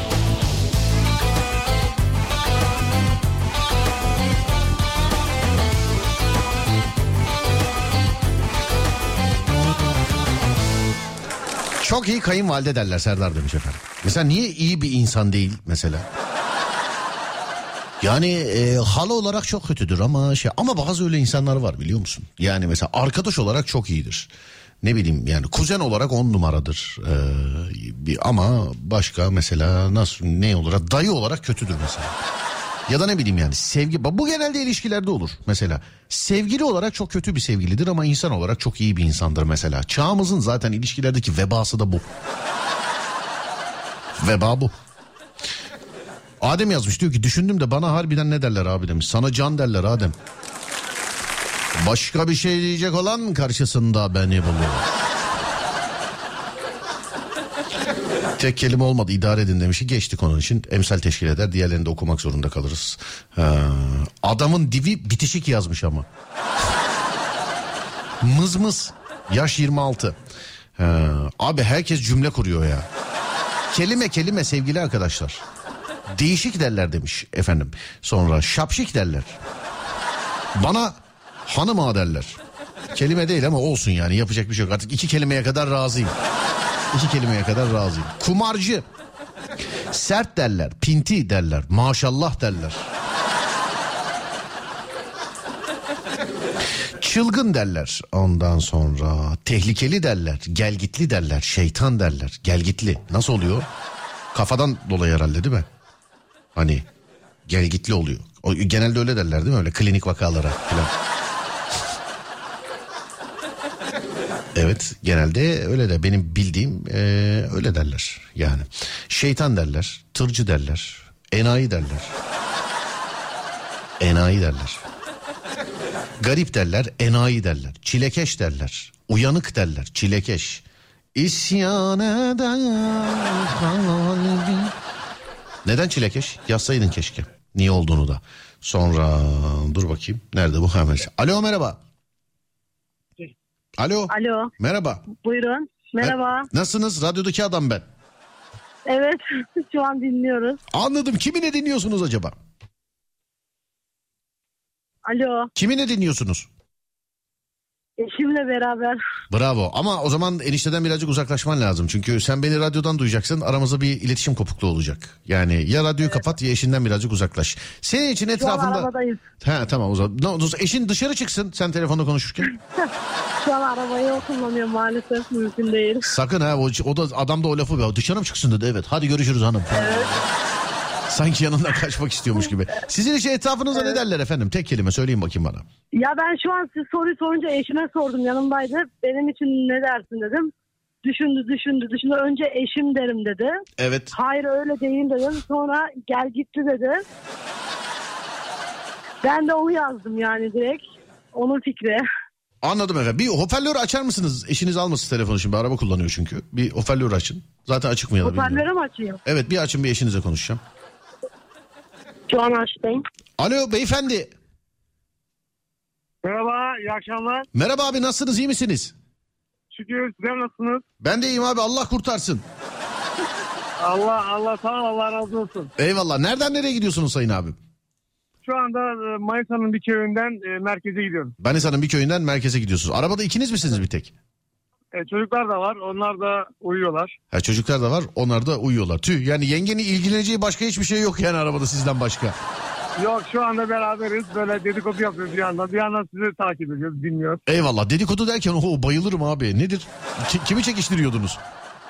Çok iyi kayınvalide derler Serdar demiş efendim. Mesela niye iyi bir insan değil mesela? Yani hala olarak çok kötüdür ama bazı öyle insanlar var, biliyor musun? Yani mesela arkadaş olarak çok iyidir. Ne bileyim yani kuzen olarak 10 numaradır. Ama başka mesela ne olarak, dayı olarak kötüdür mesela. Ya da ne bileyim yani sevgi, bu genelde ilişkilerde olur mesela. Sevgili olarak çok kötü bir sevgilidir ama insan olarak çok iyi bir insandır mesela. Çağımızın zaten ilişkilerdeki vebası da bu. Veba bu. Adem yazmış, diyor ki düşündüm de bana harbiden ne derler abi demiş. Sana can derler Adem. Başka bir şey diyecek olan karşısında beni buluyor. Tek kelime olmadı, idare edin demiş. Geçtik onun için. Emsal teşkil eder. Diğerlerini de okumak zorunda kalırız. Adamın dibi bitişik yazmış ama. Mızmız. Yaş 26. Abi herkes cümle kuruyor ya. Kelime kelime sevgili arkadaşlar. Değişik derler demiş efendim. Sonra şapşik derler. Bana hanım ağa derler. Kelime değil ama olsun yani, yapacak bir şey yok. Artık 2 kelimeye kadar razıyım. 2 kelimeye kadar razıyım. Kumarcı. Sert derler. Pinti derler. Maşallah derler. Çılgın derler. Ondan sonra tehlikeli derler. Gelgitli derler. Şeytan derler. Gelgitli. Nasıl oluyor? Kafadan dolayı herhalde değil mi? Hani gelgitli oluyor. O, genelde öyle derler değil mi? Öyle klinik vakalara falan. Evet, genelde öyle de benim bildiğim öyle derler yani. Şeytan derler, tırcı derler, enayi derler. Enayi derler. Garip derler, enayi derler. Çilekeş derler, uyanık derler, çilekeş. İsyan eder kalbim. Neden çilekeş? Yazsaydın keşke. Niye olduğunu da. Sonra dur bakayım. Nerede bu? Alo, merhaba. Alo. Alo. Merhaba. Buyurun. Merhaba. Nasılsınız? Radyodaki adam ben. Evet. Şu an dinliyoruz. Anladım. Kimine dinliyorsunuz acaba? Alo. Kimine dinliyorsunuz? Eşimle beraber. Bravo. Ama o zaman enişteden birazcık uzaklaşman lazım. Çünkü sen beni radyodan duyacaksın. Aramızda bir iletişim kopukluğu olacak. Yani ya radyoyu kapat ya eşinden birazcık uzaklaş. Senin için etrafında... Şu an arabadayız. He, tamam o zaman. Eşin dışarı çıksın sen telefonda konuşurken. Şu an arabayı o kullanıyor maalesef, mümkün değil. Sakın ha, o da adam da o lafı be. Dışarı mı çıksın dedi, evet. Hadi görüşürüz hanım. Evet. Sanki yanından kaçmak istiyormuş gibi. Sizin için etrafınızda ne derler efendim? Tek kelime söyleyin bakayım bana. Ya ben şu an siz soruyu sorunca eşime sordum, yanımdaydı. Benim için ne dersin dedim. Düşündü. Önce eşim derim dedi. Evet. Hayır öyle değil dedim. Sonra gel gitti dedi. Ben de onu yazdım yani direkt. Onun fikri. Anladım efendim. Bir hoparlör açar mısınız? Eşiniz almasın telefonu şimdi. Araba kullanıyor çünkü. Bir hoparlör açın. Zaten açık mı ya da bilmiyorum. Hoparlörü mü açayım? Evet, bir açın, bir eşinize konuşacağım. Şu an açtım. Alo beyefendi. Merhaba, iyi akşamlar. Merhaba abi, nasılsınız, iyi misiniz? Şükür, sizler nasılsınız? Ben de iyiyim abi, Allah kurtarsın. Allah sağ ol, Allah razı olsun. Eyvallah. Nereden nereye gidiyorsunuz sayın abim? Şu anda Manisa'nın bir köyünden merkeze gidiyorum. Manisa'nın bir köyünden merkeze gidiyorsunuz. Arabada ikiniz misiniz bir tek? Çocuklar da var, onlar da uyuyorlar. Ha, çocuklar da var, onlar da uyuyorlar. Tüh, yani yengenin ilgileneceği başka hiçbir şey yok yani arabada sizden başka. Yok, şu anda beraberiz, böyle dedikodu yapıyoruz bir yandan. Bir yandan sizi takip ediyoruz, dinliyoruz. Eyvallah. Dedikodu derken bayılırım abi. Nedir? Kimi çekiştiriyordunuz?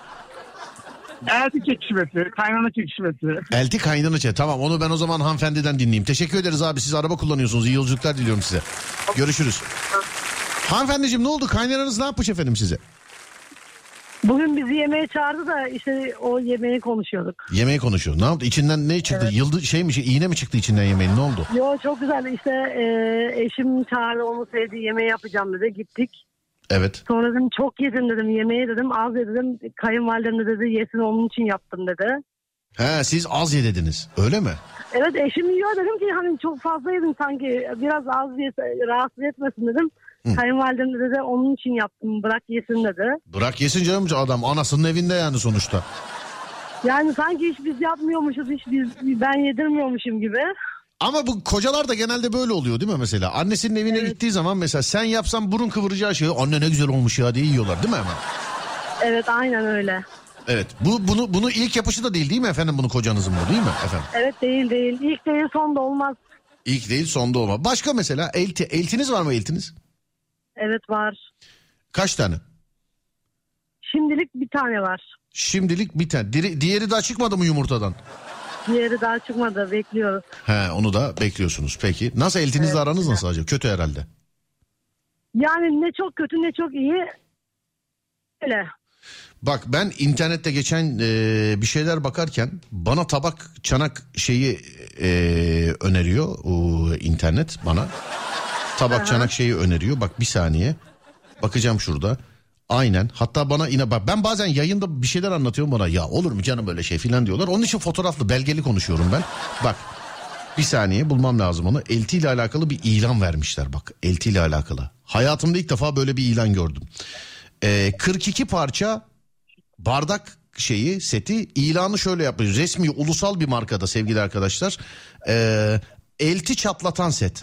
Elti çekişmesi, kaynana çekişmesi. Elti kaynana çekişmesi. Tamam, onu ben o zaman hanımefendiden dinleyeyim. Teşekkür ederiz abi, siz araba kullanıyorsunuz. İyi yolculuklar diliyorum size. Görüşürüz. Hanımefendiciğim, ne oldu? Kaynananız ne yapmış efendim size? Bugün bizi yemeğe çağırdı da işte o yemeği konuşuyorduk. Yemeği konuşuyor. Ne yaptı? İçinden ne çıktı? Evet. İğne mi çıktı içinden yemeğin? Ne oldu? Yo, çok güzel. İşte eşim çağırdı, onu sevdiği yemeği yapacağım dedi. Gittik. Evet. Sonra dedim çok yedim dedim, yemeği dedim az ye dedim. Kayınvalidem de dedi yesin, onun için yaptım dedi. He, siz az ye dediniz. Öyle mi? Evet, eşim yiyor, dedim ki hani çok fazla yedim sanki, biraz az ye, rahatsız etmesin dedim. Kayınvalidem de dedi onun için yaptım, bırak yesin dedi. Bırak yesin canım, adam anasının evinde yani sonuçta. Yani sanki hiç biz yapmıyormuşuz, ben yedirmiyormuşum gibi. Ama bu kocalar da genelde böyle oluyor değil mi mesela? Annesinin evine gittiği zaman mesela sen yapsan burun kıvıracağı şey, anne ne güzel olmuş ya diye yiyorlar değil mi hemen? Evet, aynen öyle. Evet, bunu ilk yapışı da değil mi efendim, bunu kocanızın bu değil mi efendim? Evet, değil. İlk değil, son da olmaz. İlk değil, son da olmaz. Başka mesela eltiniz var mı, eltiniz? Evet, var. Kaç tane? Şimdilik bir tane var. Şimdilik bir tane. Diğeri daha çıkmadı mı yumurtadan? Diğeri daha çıkmadı, bekliyoruz. He, onu da bekliyorsunuz. Peki nasıl, eltinizle aranız nasıl acaba? Kötü herhalde. Yani ne çok kötü ne çok iyi. Öyle. Bak ben internette geçen bir şeyler bakarken bana tabak çanak şeyi öneriyor o internet bana. Tabak çanak şeyi öneriyor. Bak bir saniye. Bakacağım şurada. Aynen. Hatta bana bak ben bazen yayında bir şeyler anlatıyorum bana. Ya olur mu canım böyle şey filan diyorlar. Onun için fotoğraflı belgeli konuşuyorum ben. Bak bir saniye bulmam lazım onu. LT ile alakalı bir ilan vermişler bak. LT ile alakalı. Hayatımda ilk defa böyle bir ilan gördüm. 42 parça bardak seti ilanı şöyle yapıyor. Resmi ulusal bir markada sevgili arkadaşlar. LT çatlatan set.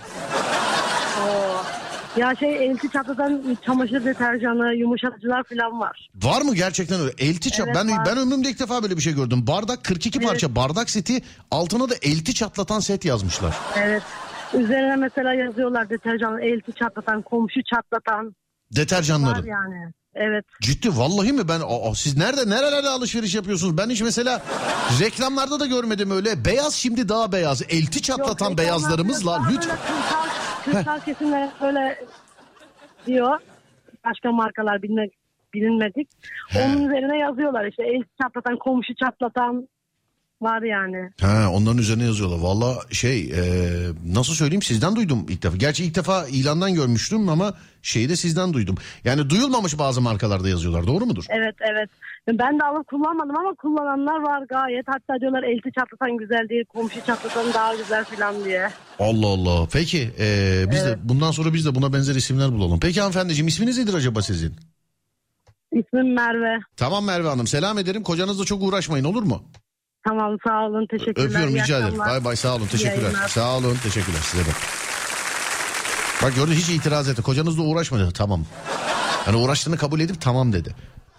Ya elti çatlatan çamaşır deterjanı, yumuşatıcılar falan var. Var mı gerçekten öyle? Evet, ben ömrümde ilk defa böyle bir şey gördüm. Bardak 42 parça bardak seti, altına da elti çatlatan set yazmışlar. Evet. Üzerine mesela yazıyorlar deterjan, elti çatlatan, komşu çatlatan. Deterjanları. Var yani. Evet. Ciddi vallahi mi ben siz nerelerde alışveriş yapıyorsunuz? Ben hiç mesela reklamlarda da görmedim öyle. Beyaz şimdi daha beyaz. Elti çatlatan Yok, beyazlarımızla lütfen. Kırsal kesimler öyle diyor. Başka markalar bilinmedik. Onun üzerine yazıyorlar işte elti çatlatan, komşu çatlatan var yani. Onların üzerine yazıyorlar. Valla nasıl söyleyeyim sizden duydum ilk defa. Gerçi ilk defa ilandan görmüştüm ama şeyi de sizden duydum. Yani duyulmamış bazı markalarda yazıyorlar, doğru mudur? Evet. Ben de alıp kullanmadım ama kullananlar var gayet. Hatta diyorlar elti çatlatan güzel değil, komşu çatlatan daha güzel falan diye. Allah Allah. Peki biz de bundan sonra biz de buna benzer isimler bulalım. Peki hanımefendiciğim isminiz nedir acaba sizin? İsmim Merve. Tamam Merve Hanım, selam ederim. Kocanızla çok uğraşmayın, olur mu? Tamam, sağ olun, teşekkürler. Öpüyorum, rica ederim. Bay bay, sağ olun, teşekkürler. Sağ olun, teşekkürler size de. Bak gördün, hiç itiraz etti. Kocanızla uğraşmadı, tamam. Yani uğraştığını kabul edip tamam dedi.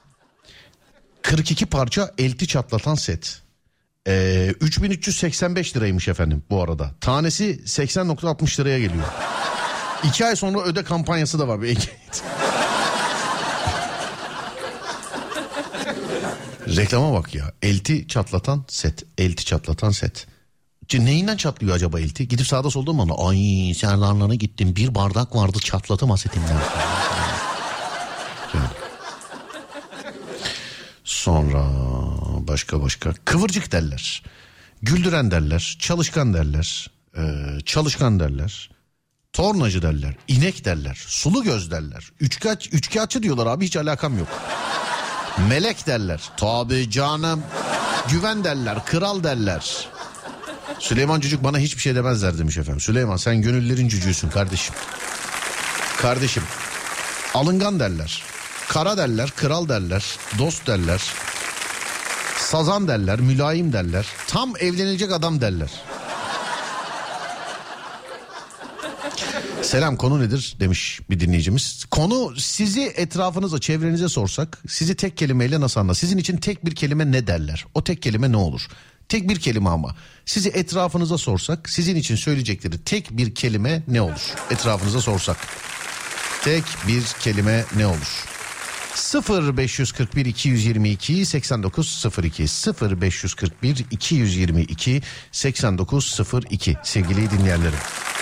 42 parça elti çatlatan set. 3385 liraymış efendim bu arada. Tanesi 80.60 liraya geliyor. 2 ay sonra öde kampanyası da var. Reklama bak ya. Elti çatlatan set. Elti çatlatan set. Neyinden çatlıyor acaba elti? Gidip sağda solda mı? Ay Serdar'lara gittim. Bir bardak vardı, çatladım hasetimden. Sonra başka. Kıvırcık derler. Güldüren derler. Çalışkan derler. Çalışkan derler. Tornacı derler. İnek derler. Sulu göz derler. Üçkağıtçı diyorlar abi, hiç alakam yok. Melek derler. Tabii canım. Güven derler. Kral derler. Süleyman Cücük bana hiçbir şey demezler demiş efendim. Süleyman sen gönüllerin cücüğüsün kardeşim. Kardeşim. Alıngan derler. Kara derler. Kral derler. Dost derler. Sazan derler. Mülayim derler. Tam evlenecek adam derler. Selam, konu nedir demiş bir dinleyicimiz. Konu, sizi etrafınıza, çevrenize sorsak sizi tek kelimeyle nasıl anlar? Sizin için tek bir kelime ne derler? O tek kelime ne olur? Tek bir kelime ama. Sizi etrafınıza sorsak sizin için söyleyecekleri tek bir kelime ne olur? Etrafınıza sorsak. Tek bir kelime ne olur? 0541 222 8902 0541 222 8902 sevgili dinleyenlerim.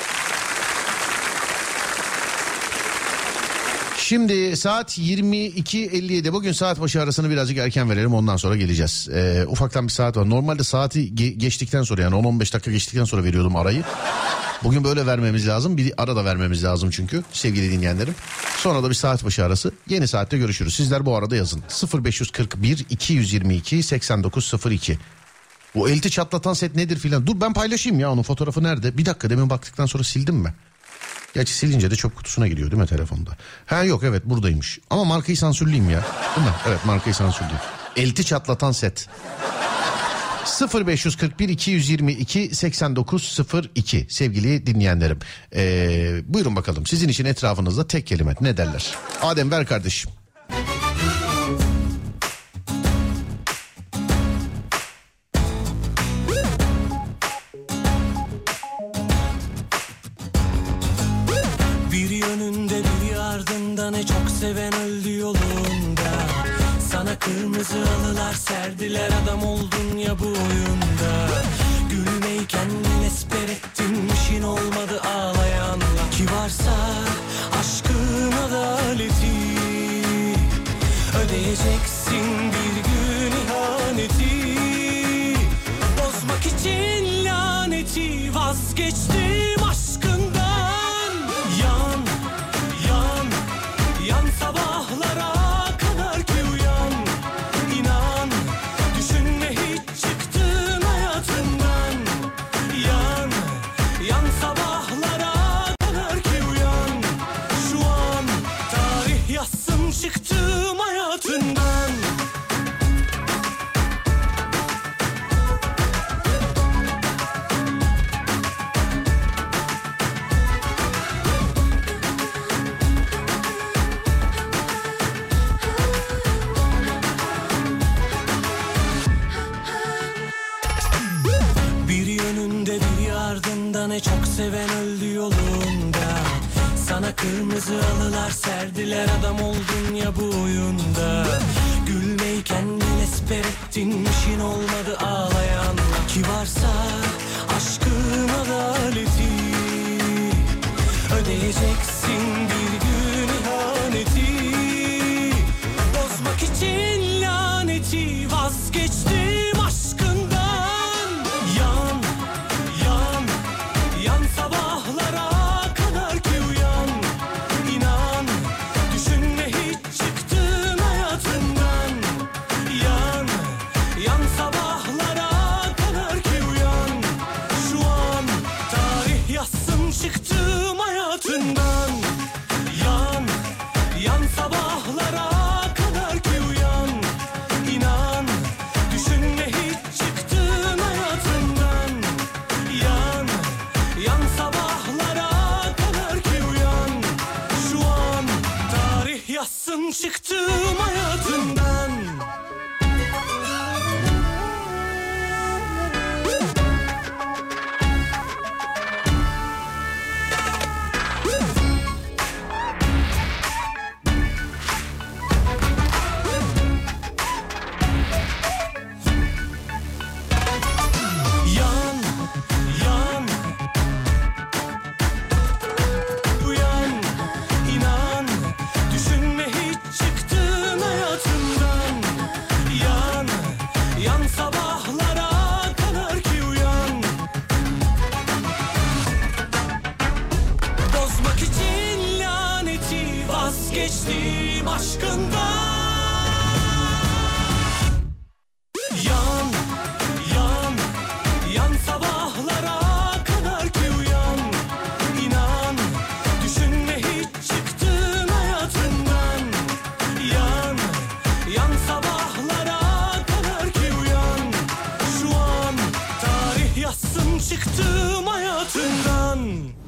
Şimdi saat 22.57. Bugün saat başı arasını birazcık erken verelim, ondan sonra geleceğiz. Ufaktan bir saat var. Normalde saati geçtikten sonra, yani 10-15 dakika geçtikten sonra veriyordum arayı. Bugün böyle vermemiz lazım. Bir ara da vermemiz lazım çünkü sevgili dinleyenlerim. Sonra da bir saat başı arası. Yeni saatte görüşürüz. Sizler bu arada yazın. 0541 222 8902. Bu elti çatlatan set nedir filan. Dur ben paylaşayım ya, onun fotoğrafı nerede? Bir dakika, demin baktıktan sonra sildim mi? Gerçi silince de çöp kutusuna giriyor değil mi telefonda? Yok evet buradaymış. Ama markayı sansürleyeyim ya. Değil mi? Evet, markayı sansürleyeyim. Elti çatlatan set. 0541 222 8902 sevgili dinleyenlerim. Buyurun bakalım, sizin için etrafınızda tek kelime ne derler? Adem ver kardeşim. Ne çok seven öldü yolunda. Sana kırmızı halılar serdiler, adam oldun ya bu oyunda. Gülmeyi kendin esper ettin, işin olmadı ağlayanla. Ki varsa aşkın adaleti ödeyeceksin Çok seven öldü yolunda. Sana kırmızı halılar serdiler, adam oldun ya bu oyunda. Gülmeyi kendin esper ettin, işin olmadı ağlayan. Ki varsa aşkın adaleti, ödeyeceksin bir gün ihaneti. Bozmak için laneti, vazgeçtim aşkından. Yan, yan, yan sabahlara kadar ki uyan. İnan, düşünme hiç çıktın hayatından. Yan, yan sabahlara kadar ki uyan. Şu an tarih yazsın çıktım hayatından. Yan, yan sabahlara kadar ki uyan. İnan, düşünme hiç çıktın hayatından. Yan, yan sabahlara kadar ki uyan. Şu an tarih yazsın çıktım hayatından. Yan, yan, uyan, inan, düşünme hiç çıktın hayatından. Yan, yan sabahlara kadar ki uyan. Bozmak için laneti, vazgeçtim aşkından. Yan, yan, yan sabahlara kadar ki uyan. İnan, düşünme hiç çıktın hayatından. Yan, yan sabahlara kadar ki uyan. Şu an tarih yazsın çıktım hayatından.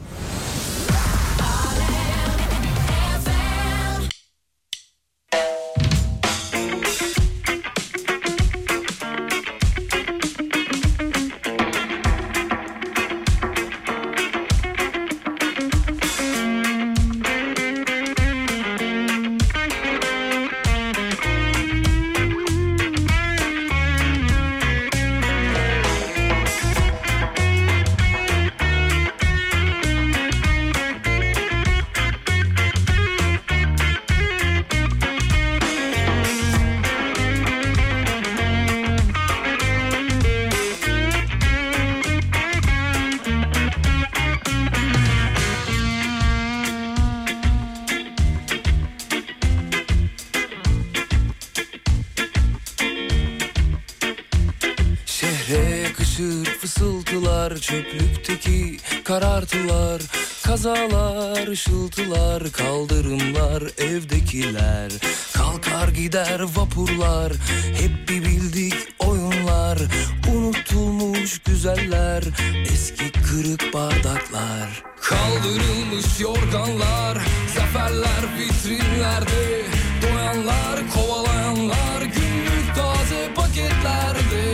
Şehre yakışır fısıltılar, çöplükteki karartılar, kazalar, ışıltılar, kaldırımlar, evdekiler. Kalkar gider vapurlar, hep bir bildik oyunlar. Unutulmuş güzeller, eski kırık bardaklar. Kaldırılmış yorganlar, zaferler vitrinlerde. Doyanlar, kovalayanlar, günlük taze paketlerde.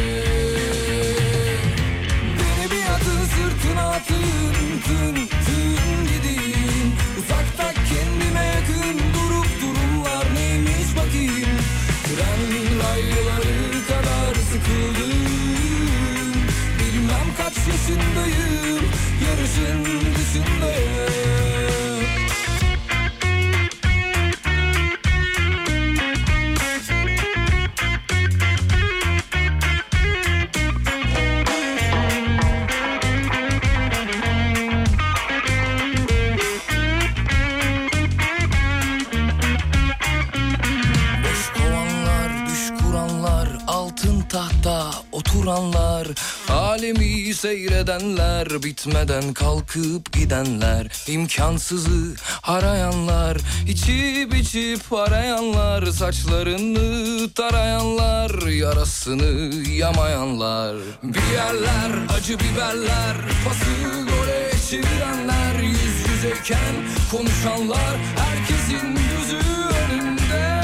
Beni bir atın sırtına, tın tın tın gideyim. Uzakta kendime yakın durup durumlar neymiş bakayım. Tren rayları kadar sıkıldım. Bilmem kaç yaşındayım, yarışın dışındayım. Tahta oturanlar, alemi seyredenler, bitmeden kalkıp gidenler, imkansızı arayanlar, içip içip arayanlar, saçlarını tarayanlar, yarasını yamayanlar. Bir yerler acı biberler, pası gole çevirenler, yüz yüzeyken konuşanlar, herkesin gözü önünde.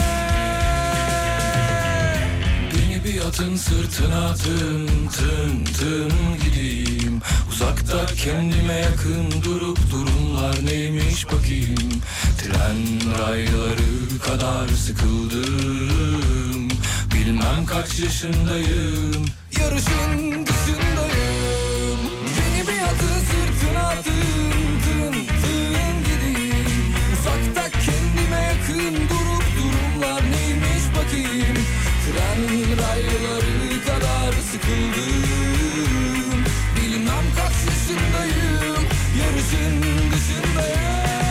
Bir atın sırtına, tın tın tın gideyim. Uzakta kendime yakın durup durumlar neymiş bakayım. Tren rayları kadar sıkıldım. Bilmem kaç yaşındayım, yarışın dışındayım. Beni bir atın sırtına tın tın tın gideyim. Uzakta kendime yakın durup durumlar neymiş bakayım. Tren rayları kadar sıkıldım. Bilmem kaç yaşındayım, yarışın dışındayım.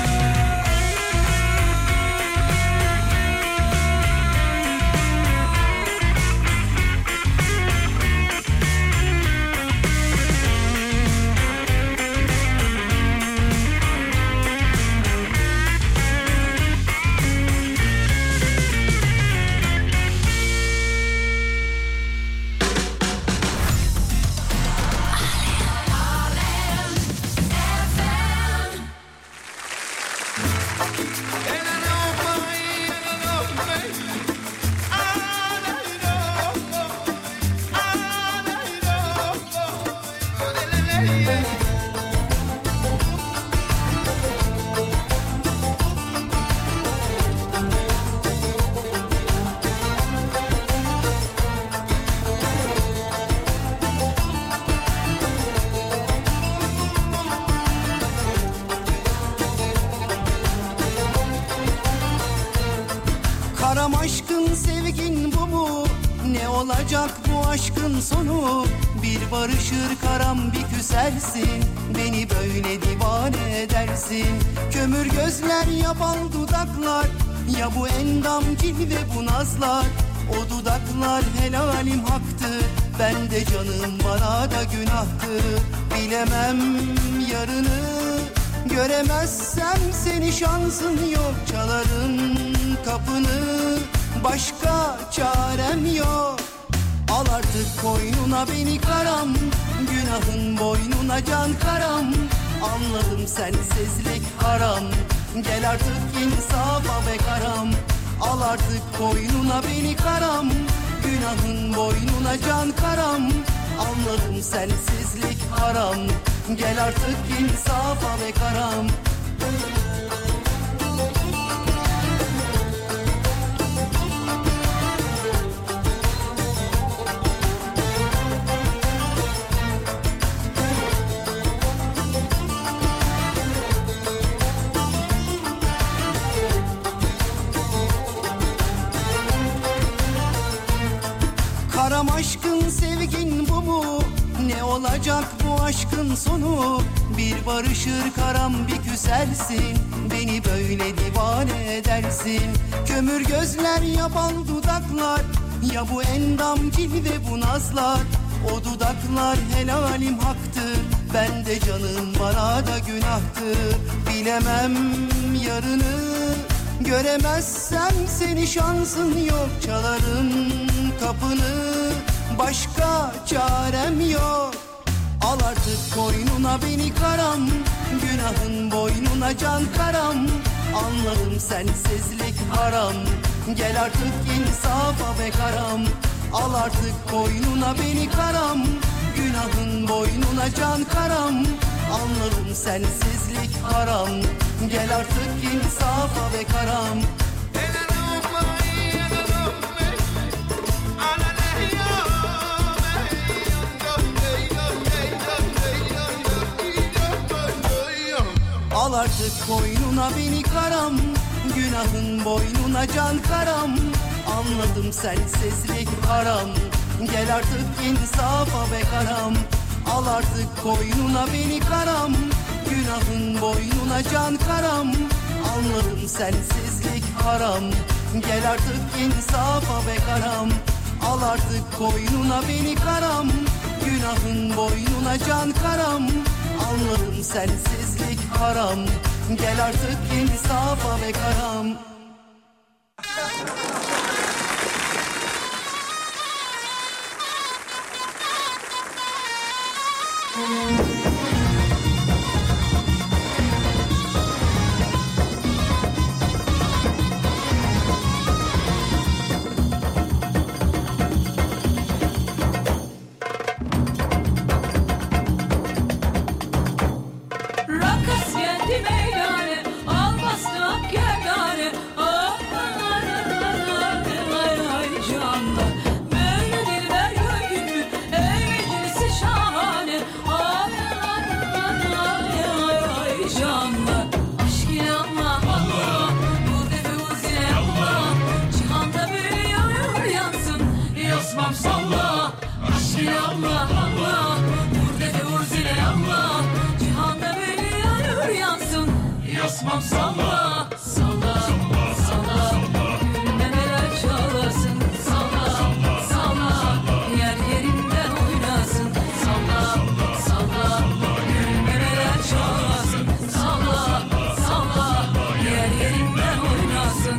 Karam aşkın sevgin bu mu? Ne olacak bu aşkın sonu? Bir barışır karam bir küsersin. Beni böyle divane edersin. Kömür gözler ya bal dudaklar. Ya bu endam cilve bu nazlar. O dudaklar helalim haktır. Ben de canım bana da günahtır. Bilemem yarını. Göremezsem seni şansın yok. Çalarım kapını, başka çarem yok. Al artık koynuna beni karam. Günahın boynuna can karam. Anladım sensizlik haram. Gel artık insafa be karam. Al artık koynuna beni karam. Günahın boynuna can karam. Anladım sensizlik haram. Gel artık insafa be karam. Karam aşkın sevgin bu mu? Ne olacak bu aşkın sonu? Bir barışır karam bir küsersin. Beni böyle divane edersin. Kömür gözler ya bal dudaklar. Ya bu endam cilve bu nazlar. O dudaklar helalim haktır. Ben de canım bana da günahtır. Bilemem yarını. Göremezsem seni şansın yok. Çalarım kapını, başka çarem yok. Al artık koynuna beni karam. Günahın boynuna can karam. Anladım sensizlik haram. Gel artık insafa be karam. Al artık koynuna beni karam. Günahın boynuna can karam. Anladım sensizlik haram. Gel artık insafa be karam. Al artık koynuna beni karam. Günahın boynuna can karam. Anladım sensizlik haram. Gel artık insafa be karam. Al artık koynuna beni karam. Günahın boynuna can karam. Anladım sensizlik haram. Gel artık insafa be karam. Al artık koynuna beni karam. Günahın boynuna can karam. Anladım sensizlik haram. Gel artık insafa be karam. Aşkıyla Allah Allah, vur dedi vur zile Allah. Cihanda beni yanır yansın, yasmam salla. Salla, salla, gülmemeler çalasın. Salla, salla, yer yerinden oynasın. Salla, salla, gülmemeler çalasın. Salla, salla, yer yerinden oynasın.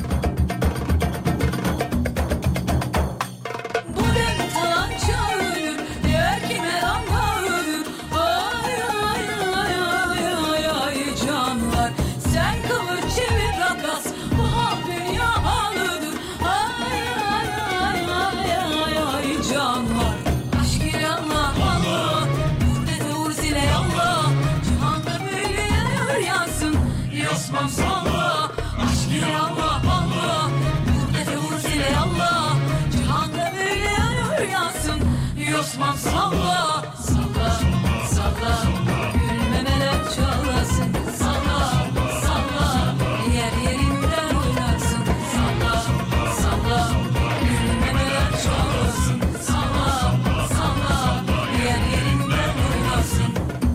Bu dentan çağırır, diğer kime anlarır. Ay ay ay ay ay ay canlar. Sen kıvır çevir rakas, bu hal dünya halıdır. Ay ay ay ay ay ay canlar. Aşk ile Allah Allah, vur dedi vur zile Allah. Cihanda böyle yanıyor yansın, yasmam salla. Aşk ile Allah Allah, vur dedi vur zile Allah. Cihanda böyle yanıyor yansın, yasmam salla. Salla, salla, gülmemeler çalasın. Salla, salla, yer yerinden oynasın. Salla, salla, gülmemeler çalasın. Salla, salla, yer yerinden oynasın.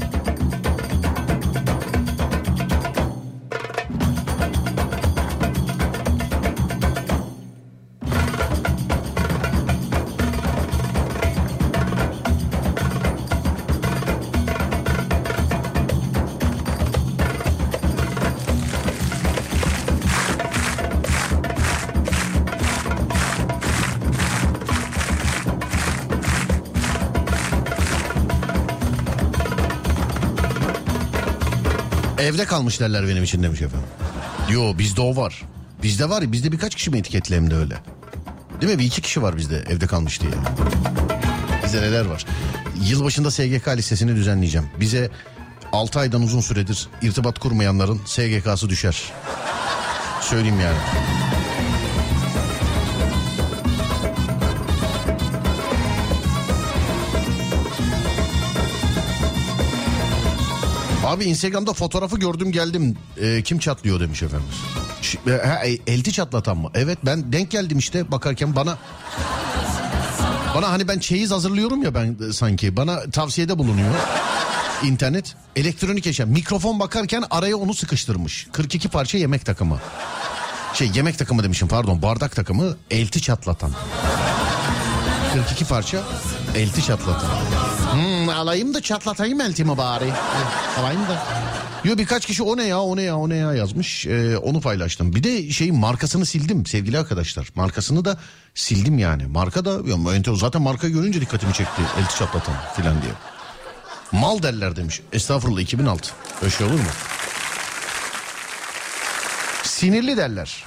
Evde kalmış derler benim için demiş efendim. Yo, bizde o var. Bizde var ya, bizde birkaç kişi mi etiketli hem de öyle. Değil mi? Bir iki kişi var bizde evde kalmış diye. Bizde neler var. Yılbaşında SGK listesini düzenleyeceğim. Bize 6 aydan uzun süredir irtibat kurmayanların SGK'sı düşer. Söyleyeyim yani. Abi Instagram'da fotoğrafı gördüm geldim. Kim çatlıyor demiş efendim. Elti çatlatan mı? Evet, ben denk geldim işte bakarken bana hani ben çeyiz hazırlıyorum ya ben sanki. Bana tavsiyede bulunuyor. İnternet elektronik eşya. Mikrofon bakarken araya onu sıkıştırmış. 42 parça yemek takımı. Yemek takımı demişim pardon, bardak takımı elti çatlatan. 42 parça elti çatlatan. Alayım da çatlatayım eltimi bari. Alayım da. Yo, birkaç kişi o ne ya yazmış. Onu paylaştım. Bir de markasını sildim sevgili arkadaşlar. Markasını da sildim yani. Marka da zaten marka görünce dikkatimi çekti. Elti çatlatan filan diye. Mal derler demiş. Estağfurullah, 2006. Öyle şey olur mu? Sinirli derler.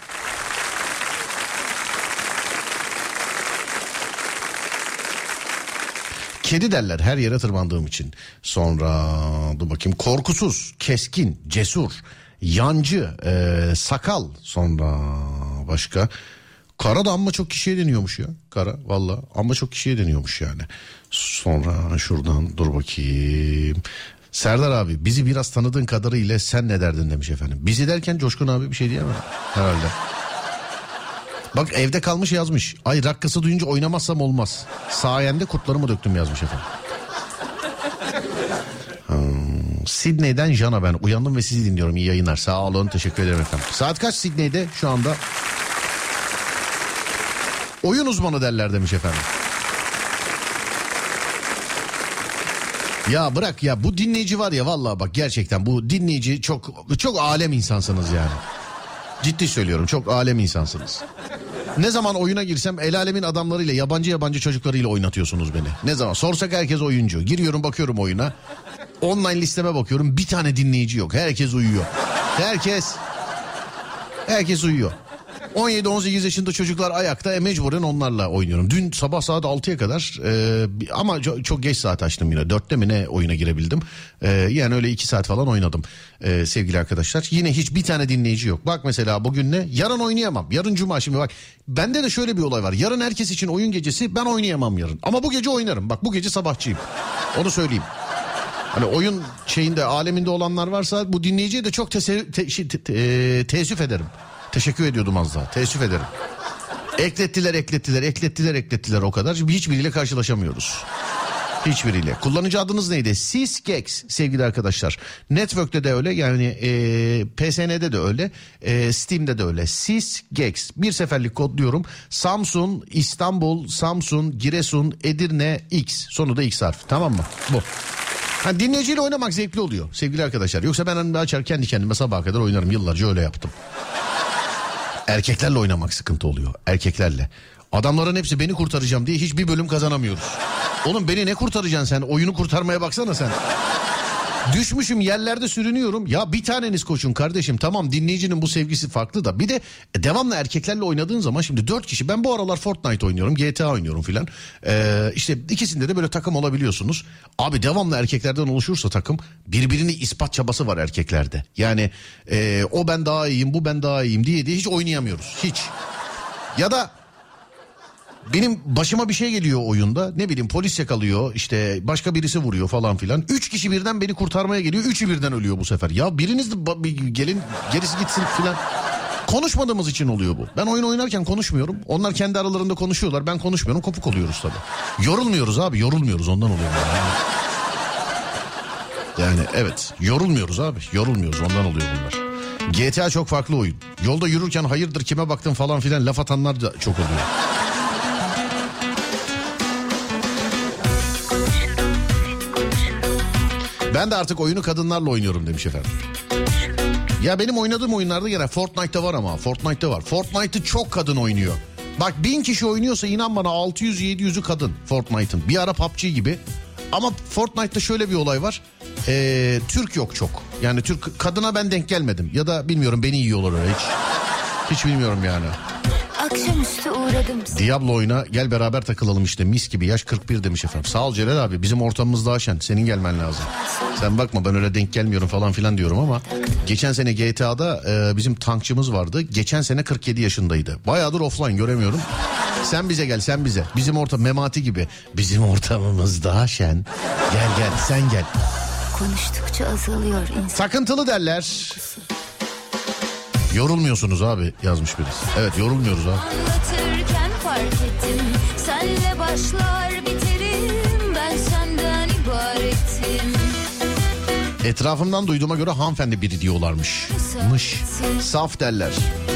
Kedi derler her yere tırmandığım için. Sonra dur bakayım, korkusuz, keskin, cesur, yancı, sakal. Sonra başka. Kara da amma çok kişiye deniyormuş ya. Kara valla amma çok kişiye deniyormuş yani. Sonra şuradan dur bakayım. Serdar abi, bizi biraz tanıdığın kadarıyla sen ne derdin demiş efendim. Bizi derken Coşkun abi bir şey diyemem herhalde. Bak evde kalmış yazmış. Ay rakkası duyunca oynamazsam olmaz. Sayende kurtlarımı döktüm yazmış efendim. Sydney'den Jana ben. Uyandım ve sizi dinliyorum. İyi yayınlar. Sağ olun. Teşekkür ederim efendim. Saat kaç Sydney'de şu anda? Oyun uzmanı derler demiş efendim. Ya bırak ya, bu dinleyici var ya vallahi bak gerçekten bu dinleyici çok alem insansınız yani. Ciddi söylüyorum, çok alem insansınız. Ne zaman oyuna girsem el alemin adamlarıyla, yabancı çocuklarıyla oynatıyorsunuz beni. Ne zaman sorsak herkes oyuncu. Giriyorum bakıyorum oyuna. Online listeme bakıyorum, bir tane dinleyici yok. Herkes uyuyor. Herkes uyuyor. 17-18 yaşında çocuklar ayakta, mecburen onlarla oynuyorum. Dün sabah saat 6'ya kadar ama çok geç saat açtım yine. 4'te mi ne oyuna girebildim. Yani öyle 2 saat falan oynadım sevgili arkadaşlar. Yine hiç bir tane dinleyici yok. Bak mesela bugün ne? Yarın oynayamam. Yarın cuma, şimdi bak. Bende de şöyle bir olay var. Yarın herkes için oyun gecesi, ben oynayamam yarın. Ama bu gece oynarım. Bak bu gece sabahçıyım. Onu söyleyeyim. Hani oyun aleminde olanlar varsa bu dinleyiciye de çok teessüf ederim. Teşekkür ediyordum az daha. Teessüf ederim. Eklettiler o kadar. Hiçbiriyle karşılaşamıyoruz. Hiçbiriyle. Kullanıcı adınız neydi? Sysgex sevgili arkadaşlar. Network'te de öyle, yani PSN'de de öyle, Steam'de de öyle. Sysgex. Bir seferlik kodluyorum. Samsun, İstanbul, Samsun, Giresun, Edirne, X. Sonu da X harfi. Tamam mı? Bu. Ha, dinleyiciyle oynamak zevkli oluyor sevgili arkadaşlar. Yoksa ben hani açar kendi kendime sabaha kadar oynarım. Yıllarca öyle yaptım. Erkeklerle oynamak sıkıntı oluyor. Erkeklerle. Adamların hepsi beni kurtaracağım diye hiçbir bölüm kazanamıyoruz. Oğlum beni ne kurtaracaksın sen? Oyunu kurtarmaya baksana sen. Düşmüşüm yerlerde sürünüyorum. Ya bir taneniz koşun kardeşim. Tamam, dinleyicinin bu sevgisi farklı da. Bir de devamlı erkeklerle oynadığın zaman, şimdi 4 kişi. Ben bu aralar Fortnite oynuyorum, GTA oynuyorum filan. İşte ikisinde de böyle takım olabiliyorsunuz. Abi devamlı erkeklerden oluşursa takım, birbirini ispat çabası var erkeklerde. Yani o ben daha iyiyim, bu ben daha iyiyim diye hiç oynayamıyoruz. Hiç. Ya da benim başıma bir şey geliyor oyunda, ne bileyim polis yakalıyor, işte başka birisi vuruyor falan filan. 3 kişi birden beni kurtarmaya geliyor, 3'ü birden ölüyor bu sefer. Ya biriniz de gelin, gerisi gitsin filan. Konuşmadığımız için oluyor bu. Ben oyun oynarken konuşmuyorum. Onlar kendi aralarında konuşuyorlar, ben konuşmuyorum, kopuk oluyoruz tabii. Yorulmuyoruz abi, yorulmuyoruz, ondan oluyor. Yani evet, yorulmuyoruz abi, yorulmuyoruz, ondan oluyor bunlar. GTA çok farklı oyun. Yolda yürürken hayırdır kime baktın falan filan laf atanlar da çok oluyor. Ben de artık oyunu kadınlarla oynuyorum demiş efendim. Ya benim oynadığım oyunlarda gene Fortnite'da var ama. Fortnite'da var. Fortnite'ı çok kadın oynuyor. Bak 1000 kişi oynuyorsa inan bana 600-700'ü kadın Fortnite'ın. Bir ara PUBG gibi. Ama Fortnite'da şöyle bir olay var. Türk yok çok. Yani Türk kadına ben denk gelmedim. Ya da bilmiyorum, beni yiyorlar öyle hiç. Hiç bilmiyorum yani. Akşamüstü uğradım. Diablo oyna gel beraber takılalım işte, mis gibi, yaş 41 demiş efendim. Sağ ol Celal abi, bizim ortamımız daha şen, senin gelmen lazım. Sen bakma ben öyle denk gelmiyorum falan filan diyorum ama geçen sene GTA'da bizim tankçımız vardı. Geçen sene 47 yaşındaydı. Bayağıdır offline göremiyorum. Sen bize gel, sen bize. Bizim ortam Memati gibi. Bizim ortamımız daha şen. Gel sen gel. Konuştukça azalıyor insan. Takıntılı derler. Yorulmuyorsunuz abi yazmış birisi. Evet, yorulmuyoruz abi. Anlatırken fark ettim. Senle başlar biterim. Ben senden ibaretim. Etrafımdan duyduğuma göre hanımefendi biri diyorlarmış. Saf derler.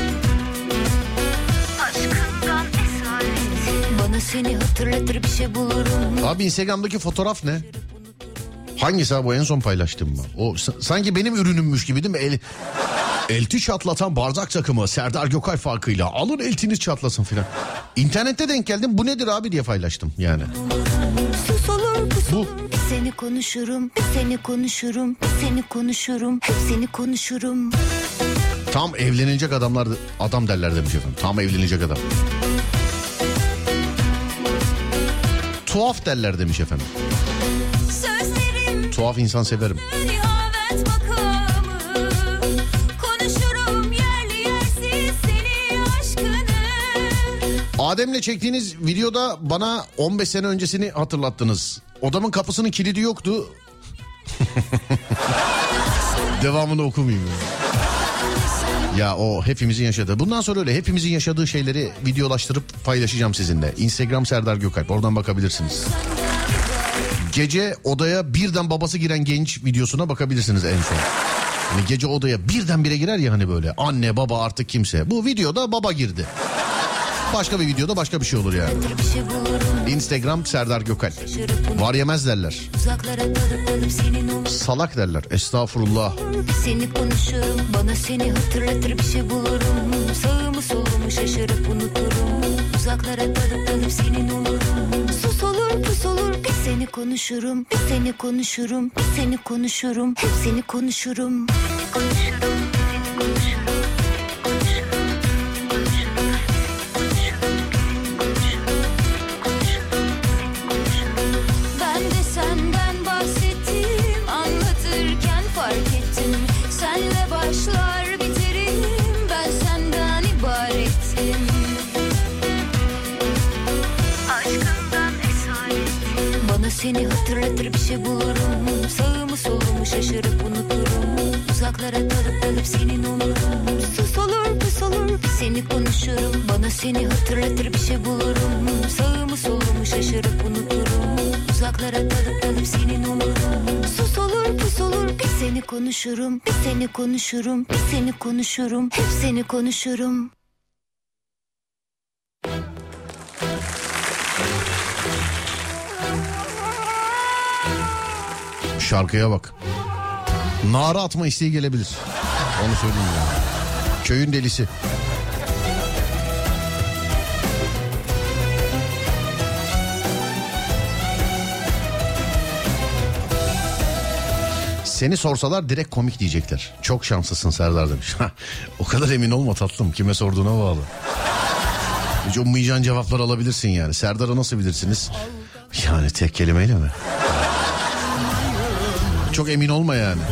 Aşkından esaretim. Bana seni hatırlatır bir şey bulurum. Abi Instagram'daki fotoğraf ne? Hangisi abi, bu en son paylaştığım mı? O sanki benim ürünümmüş gibi değil mi? Elti çatlatan bardak takımı Serdar Gökalp farkıyla alın eltiniz çatlasın filan. İnternette denk geldim, bu nedir abi diye paylaştım yani. Sus olur pus Bu. olur. Seni konuşurum, seni konuşurum, seni konuşurum, hep seni konuşurum. Tam evlenilecek adam derler demiş efendim. Tam evlenecek adam. Tuhaf derler demiş efendim. Sözlerim Tuhaf insan severim. nihavet makamı. Konuşurum yerli yersiz seni aşkını. Adem'le çektiğiniz videoda bana 15 sene öncesini hatırlattınız. Odamın kapısının kilidi yoktu. Devamını okumayayım. Ya o hepimizin yaşadığı. Bundan sonra öyle hepimizin yaşadığı şeyleri videolaştırıp paylaşacağım sizinle. Instagram Serdar Gökalp, oradan bakabilirsiniz. Gece odaya birden babası giren genç videosuna bakabilirsiniz en son. Yani gece odaya birdenbire girer ya hani böyle, anne baba artık kimse. Bu videoda baba girdi. Başka bir videoda başka bir şey olur yani. Instagram Serdar Gökalp. Var yemez derler. Salak derler. Estağfurullah. Seni konuşurum, bana seni hatırlatır bir şey bulurum. Sağımı solumu şaşırıp unuturum. Uzaklara dalıp senin olurum. Sus olur pus olur, bir seni konuşurum, bir seni konuşurum, bir seni konuşurum, hep seni konuşurum. Ben de senden bahsettim, anlatırken fark ettim. Senle başlar biterim, ben senden ibaretim. Aşkından esaretim. Bana seni hatırlatır bir şey bulurum. Sağımı solumu şaşırıp unuturum. Uzaklara dalıp senin olurum. Sus olur pus olur, seni konuşurum. Bana seni hatırlatır bir şey bulurum. Sağımı solumu şaşırıp unuturum. Uzaklara dalıp senin olurum. Sus olur pus olur bir seni konuşurum. Bir seni konuşurum, bir seni konuşurum. Hep seni konuşurum. Şarkıya bak. Nara atma isteği gelebilir. Onu söyleyeyim ya. Köyün delisi. Seni sorsalar direkt komik diyecekler. Çok şanslısın Serdar demiş. O kadar emin olma tatlım. Kime sorduğuna bağlı. Hiç ummayacağın cevaplar alabilirsin yani. Serdar'ı nasıl bilirsiniz? Yani tek kelimeyle mi? Çok emin olma yani.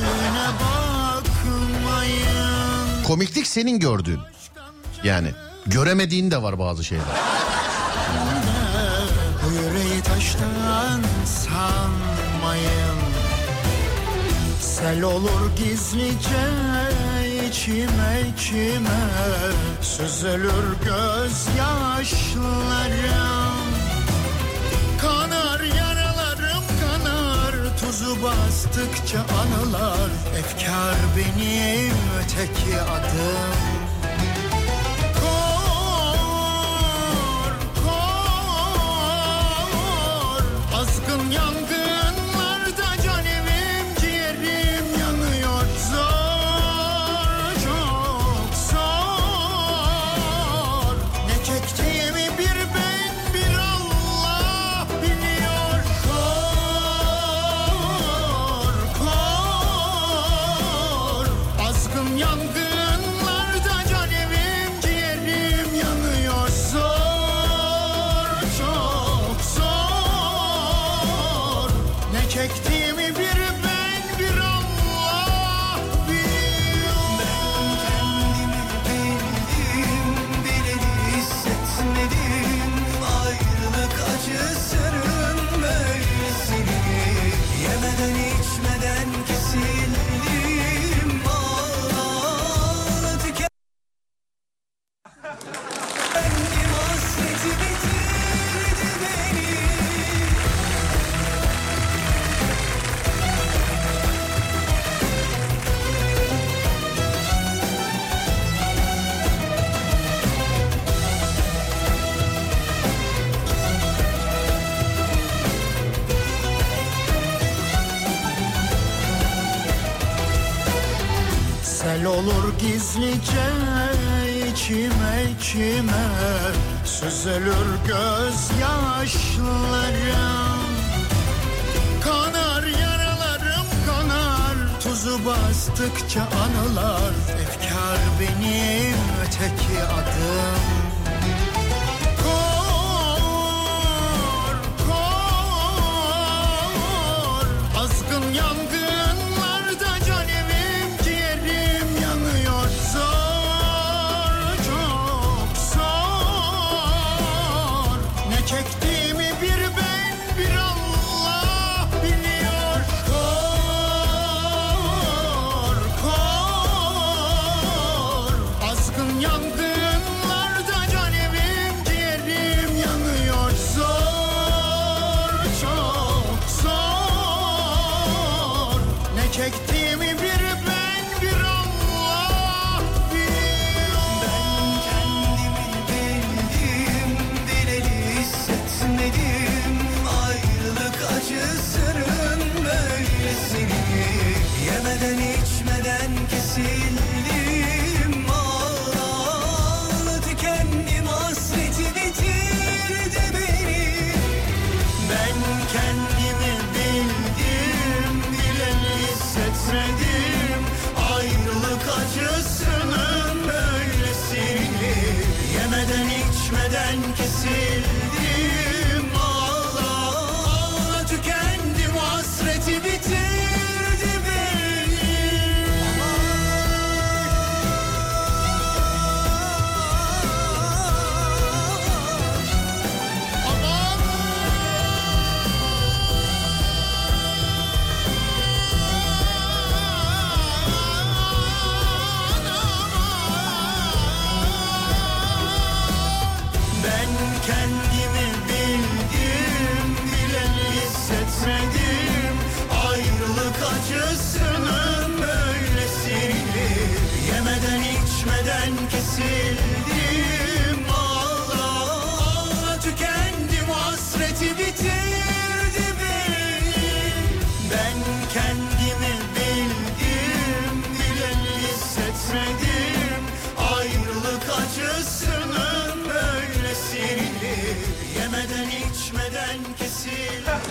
Komiklik senin gördüğün. Yani göremediğin de var bazı şeyler. Bu yüreği taştan sanmayın. Sel olur gizlice içime içime. Süzülür gözyaşlarım. Kanar yaralarım kanar. Tuzu bastıkça anılar. Efkar benim öteki adım. Kor, kor. Azgın yangınlarda can evim ciğerim yanıyor. Zor, çok zor. Ne çektiğimi bir ben bir Allah biliyor. Kor, kor. Azgın yangınlarda can evim ciğerim yanıyor. Zor, çok zor. Ne çektiğimi bir ben bir Allah biliyor. Ben kendimi bildim, bileli hissetmedim. Ayrılık acısının böylesini. Yemeden içmeden kesildim. Ağla tükendim hasreti bitirdi beni. Sel olur gizlice içime içime. Süzülür gözyaşlarım. Kanar yaralarım kanar. Tuzu bastıkça anılar. Efkar benim öteki adım. Kor, kor. Azgın yangınlarda can evim ciğerim yanıyor. Zor, çok zor. Ne çektiğimi bir ben bir Allah biliyor. Kor, kor. Azgın yangınlarda can evim ciğerim yanıyor. Zor, çok zor. Ne çektiğimi bir ben bir Allah biliyor. Ben kendimi bildim, bileli hissetmedim. Ayrılık acısının böylesini. Yemeden içmeden kesildim. Ağla tükendim hasreti bitirdi beni. Ben kendimi bildim, bileli hissetmedim. Ayrılık acısının böylesini. Yemeden içmeden kesildim. Ağla, ağla tükendim hasreti bitirdi beni. kesildim. Ağla ağla tükendim, hasreti bitirdi beni. Ben kendimi bildim, bileli hissetmedim. Ayrılık acısının böylesini yemeden içmeden kesildim.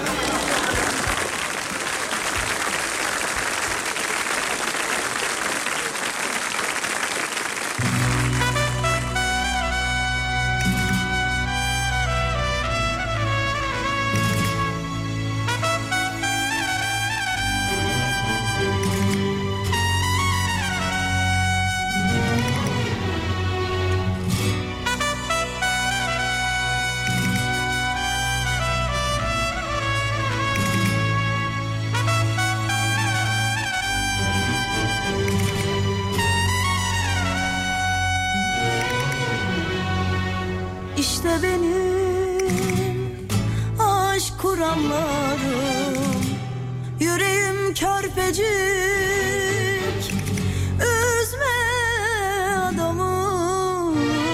İşte benim aşk kuramlarım, yüreğim körpecik, üzme adamı.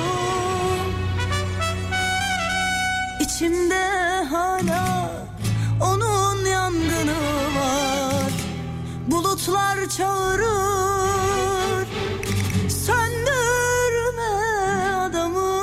İçimde hala onun yangını var, bulutlar çağırır, söndürme adamı.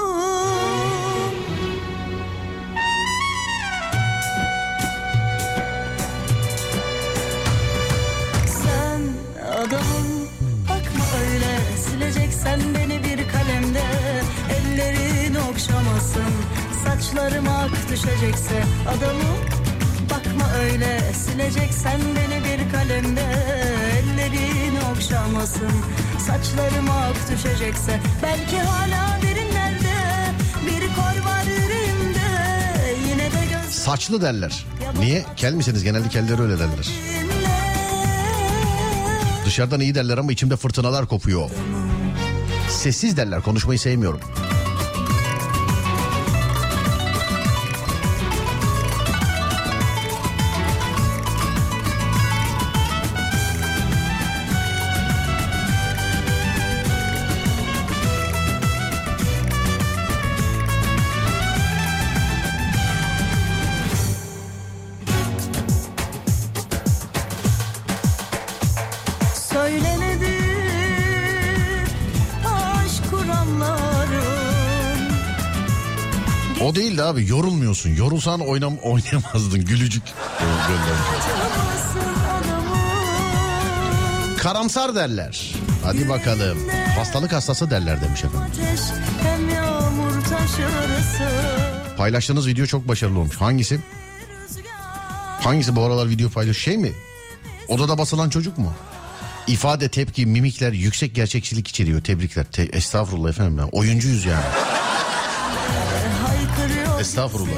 Adamım bakma öyle, sileceksen beni bir kalemde. Ellerin okşamasın, saçlarım ak düşecekse. Adamım bakma öyle, sileceksen beni bir kalemde. Ellerin okşamasın, saçlarım ak düşecekse. Belki hala derinlerde bir kor var yüreğimde. Yine de göz... Saçlı derler. Niye? Kel misiniz? Genelde keller öyle derler. Dışarıdan iyi derler ama içimde fırtınalar kopuyor. Sessiz derler, konuşmayı sevmiyorum. O değil de abi, yorulmuyorsun. Yorulsan oynayamazdın gülücük. Karamsar derler. Hadi bakalım. Hastalık hastası derler demiş efendim. Paylaştığınız video çok başarılı olmuş. Hangisi? Hangisi bu aralar video paylaş? Şey mi? Odada basılan çocuk mu? İfade, tepki, mimikler yüksek gerçekçilik içeriyor. Tebrikler. Estağfurullah efendim ya. Oyuncuyuz yani. Estağfurullah.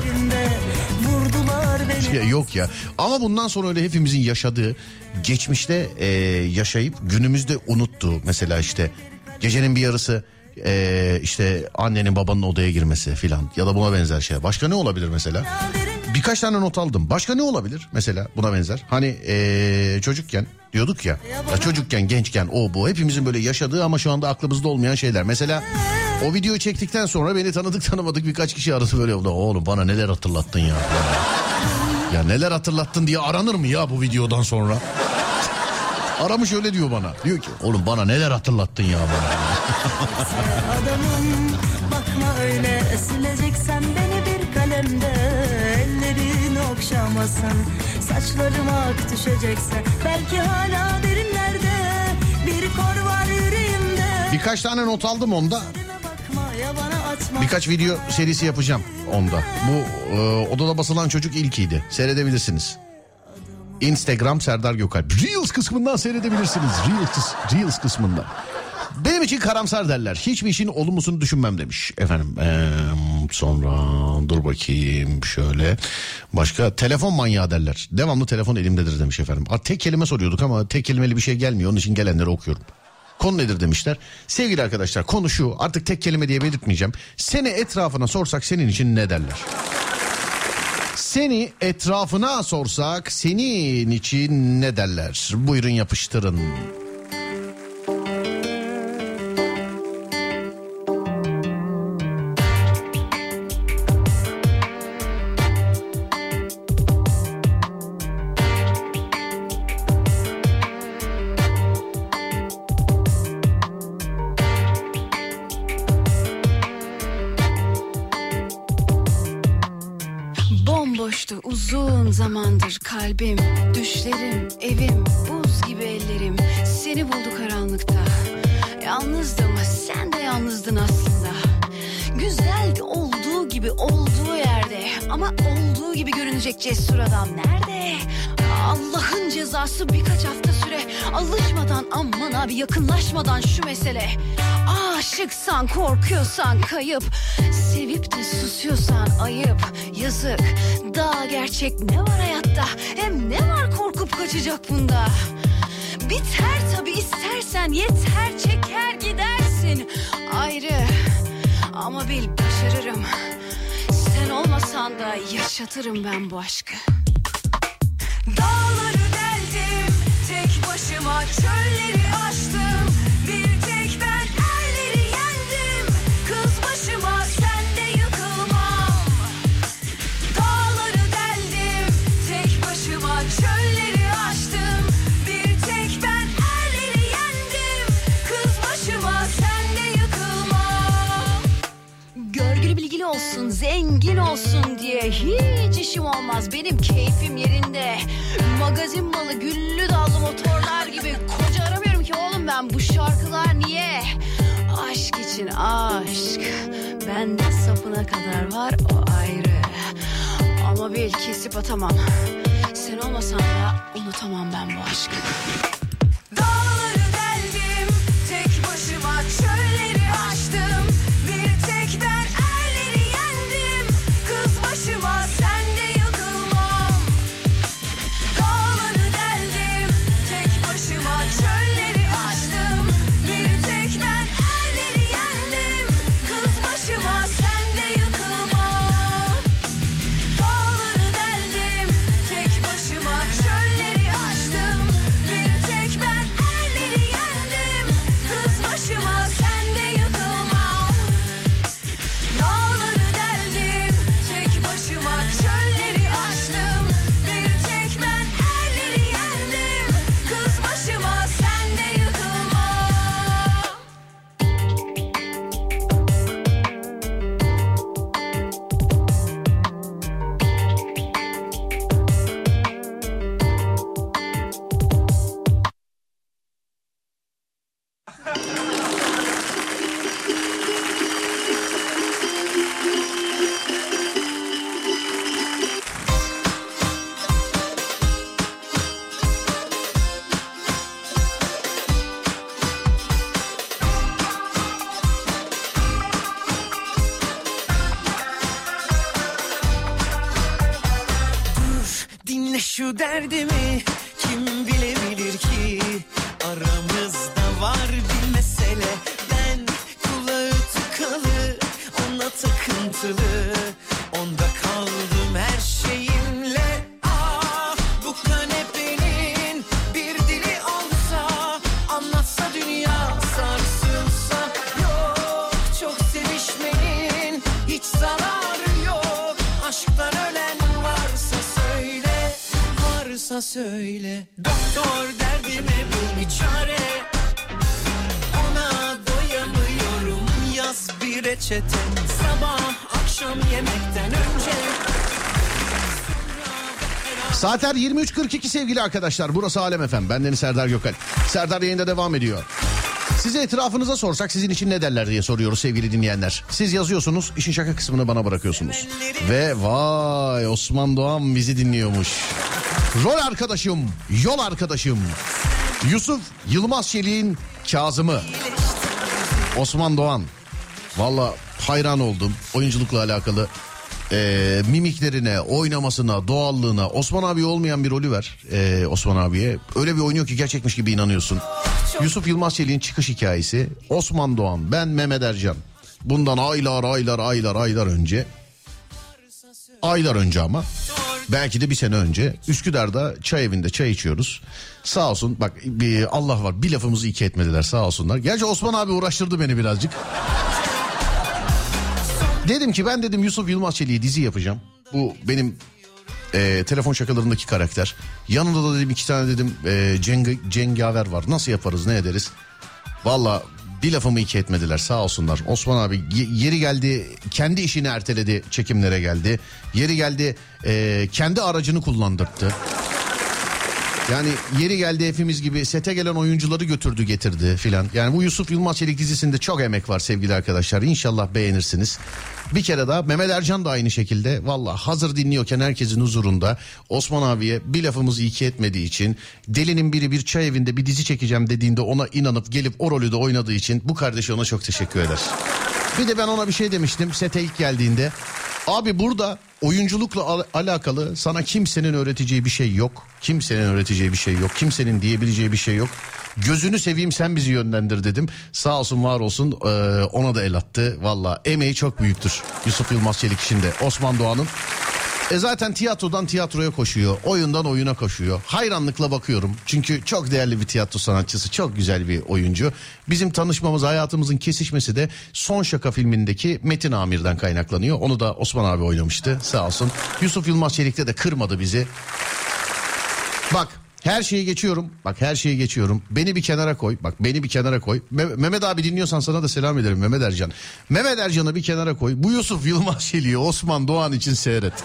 Yok ya. Ama bundan sonra öyle hepimizin yaşadığı, geçmişte yaşayıp günümüzde unuttuğu, mesela işte gecenin bir yarısı işte annenin babanın odaya girmesi filan ya da buna benzer şey. Başka ne olabilir mesela? Birkaç tane not aldım. Başka ne olabilir mesela buna benzer? Hani çocukken diyorduk ya çocukken, gençken, o bu hepimizin böyle yaşadığı ama şu anda aklımızda olmayan şeyler. Mesela o videoyu çektikten sonra beni tanıdık tanımadık birkaç kişi arası böyle oldu. Oğlum bana neler hatırlattın ya. Ya neler hatırlattın diye aranır mı ya bu videodan sonra? Aramış öyle diyor bana. Diyor ki oğlum bana neler hatırlattın ya bana. Adamım bakma öyle, sileceksen beni bir kalemde. Ellerin okşamasın, saçlarım ak düşecekse. Belki hala derinlerde bir kor var yüreğimde. Birkaç tane not aldım onda. Birkaç video serisi yapacağım onda. Bu odada basılan çocuk ilkiydi. Seyredebilirsiniz. Instagram Serdar Gökalp. Reels kısmından seyredebilirsiniz. Reels kısmından. Benim için karamsar derler. Hiçbir işin olumlusunu düşünmem demiş. Efendim sonra dur bakayım şöyle. Başka telefon manyağı derler. Devamlı telefon elimdedir demiş efendim. Tek kelime soruyorduk ama tek kelimeli bir şey gelmiyor. Onun için gelenleri okuyorum. Konu nedir demişler. Sevgili arkadaşlar, konu şu, artık tek kelime diye belirtmeyeceğim. Seni etrafına sorsak senin için ne derler? Seni etrafına sorsak senin için ne derler? Buyurun yapıştırın. zamandır kalbim, düşlerim, evim, buz gibi ellerim seni buldu karanlıkta. Yalnızdım, sen de yalnızdın aslında. Güzeldi olduğu gibi olduğu yerde, ama olduğu gibi görünecek cesur adam nerede? Allah'ın cezası birkaç hafta süre, alışmadan aman abi yakınlaşmadan şu mesele. Aşıksan, korkuyorsan kayıp, sevip de susuyorsan ayıp, yazık. Daha gerçek ne var hayatta, hem ne var korkup kaçacak bunda? Biter tabii istersen, yeter çeker gidersin ayrı. Ama bil başarırım, sen olmasan da yaşatırım ben bu aşkı. Dağları deldim, tek başıma çölleri aştım. Bir tek ben erleri yendim, kız başıma sen de yıkılmam. Dağları deldim, tek başıma çölleri aştım. Bir tek ben erleri yendim, kız başıma sen de yıkılmam. Görgülü bilgili olsun, zengin olsun diye hiç işim olmaz, benim keyfim yerinde. Magazin malı, güllü dallı motorlar gibi koca aramıyorum ki oğlum ben, bu şarkılar niye? Aşk için aşk, bende sapına kadar var, o ayrı. Ama bil kesip atamam, sen olmasan da unutamam ben bu aşkı. Dağları deldim, tek başıma çölleri aştım. Bir tek ben erleri yendim, kız başıma sen de yıkılmam. Dağları deldim, tek başıma çölleri aştım. Bir tek ben erleri yendim, kız başıma sen de yıkılmam. Dağları deldim, tek başıma çölleri aştım. Bir tek ben erleri yendim, kız başıma sen de yıkılmam. Dağları deldim, tek başıma çölleri aştım. Bir tek ben erleri yendim, kız başıma sen de yıkılmam. Dinle şu derdimi, kim bilebilir ki aramızda var bir mesele. Ben kulağı tıkalı, ona takıntılı, onda kaldım her şeyimle. Ah, bu kanepenin bir dili olsa, anlatsa dünya sarsılsa. Yok, çok sevişmenin hiç zararı yok. Aşktan ölen varsa söyle, varsa söyle. Doktor derdime bul bir çare, ona doyamıyorum, yaz bir reçete. Sabah akşam yemekten önce. Saatler 23.42 sevgili arkadaşlar. Burası Alem FM. Bendeniz Serdar Gökalp. Serdar yayında devam ediyor. Size etrafınıza sorsak sizin için ne derler diye soruyoruz sevgili dinleyenler. Siz yazıyorsunuz, işin şaka kısmını bana bırakıyorsunuz. Ve vay, Osman Doğan bizi dinliyormuş. Rol arkadaşım, yol arkadaşım. Yusuf Yılmaz Çelik'in Kazım'ı. Osman Doğan. Valla hayran oldum oyunculukla alakalı. Mimiklerine, oynamasına, doğallığına. Osman abi olmayan bir rolü var Osman abiye. Öyle bir oynuyor ki gerçekmiş gibi inanıyorsun. Yusuf Yılmaz Çelik'in çıkış hikayesi. Osman Doğan, ben Mehmet Ercan. Bundan aylar önce. Aylar önce ama. Belki de bir sene önce Üsküdar'da çay evinde çay içiyoruz. Sağ olsun bak, Allah var, bir lafımızı iki etmediler, sağ olsunlar. Gerçi Osman abi uğraştırdı beni birazcık. Dedim ki ben dedim Yusuf Yılmaz Çelik'i dizi yapacağım. Bu benim telefon şakalarındaki karakter. Yanında da dedim iki tane dedim cengaver var. Nasıl yaparız, ne ederiz? Valla Bir lafımı iki etmediler, sağ olsunlar. Osman abi yeri geldi kendi işini erteledi, çekimlere geldi. Yeri geldi kendi aracını kullandırttı. Yani yeri geldi hepimiz gibi sete gelen oyuncuları götürdü getirdi filan. Yani bu Yusuf Yılmaz Çelik dizisinde çok emek var sevgili arkadaşlar. İnşallah beğenirsiniz. Bir kere daha Mehmet Ercan da aynı şekilde. Valla hazır dinliyorken herkesin huzurunda Osman abiye bir lafımızı iki etmediği için, delinin biri bir çay evinde bir dizi çekeceğim dediğinde ona inanıp gelip o rolü de oynadığı için bu kardeşi ona çok teşekkür eder. Bir de ben ona bir şey demiştim sete ilk geldiğinde. Abi burada oyunculukla alakalı sana kimsenin öğreteceği bir şey yok. Kimsenin öğreteceği bir şey yok. Kimsenin diyebileceği bir şey yok. Gözünü seveyim sen bizi yönlendir dedim. Sağ olsun var olsun ona da el attı. Valla emeği çok büyüktür Yusuf Yılmaz Çelik işinde. Osman Doğan'ın. Zaten tiyatrodan tiyatroya koşuyor. Oyundan oyuna koşuyor. Hayranlıkla bakıyorum. Çünkü çok değerli bir tiyatro sanatçısı. Çok güzel bir oyuncu. Bizim tanışmamız, hayatımızın kesişmesi de Son Şaka filmindeki Metin Amir'den kaynaklanıyor. Onu da Osman abi oynamıştı. Sağ olsun. Yusuf Yılmaz Çelik'te de kırmadı bizi. Bak her şeyi geçiyorum. Bak her şeyi geçiyorum. Beni bir kenara koy. Bak beni bir kenara koy. Mehmet abi dinliyorsan sana da selam ederim Mehmet Ercan. Mehmet Ercan'ı bir kenara koy. Bu Yusuf Yılmaz Çelik'i Osman Doğan için seyret.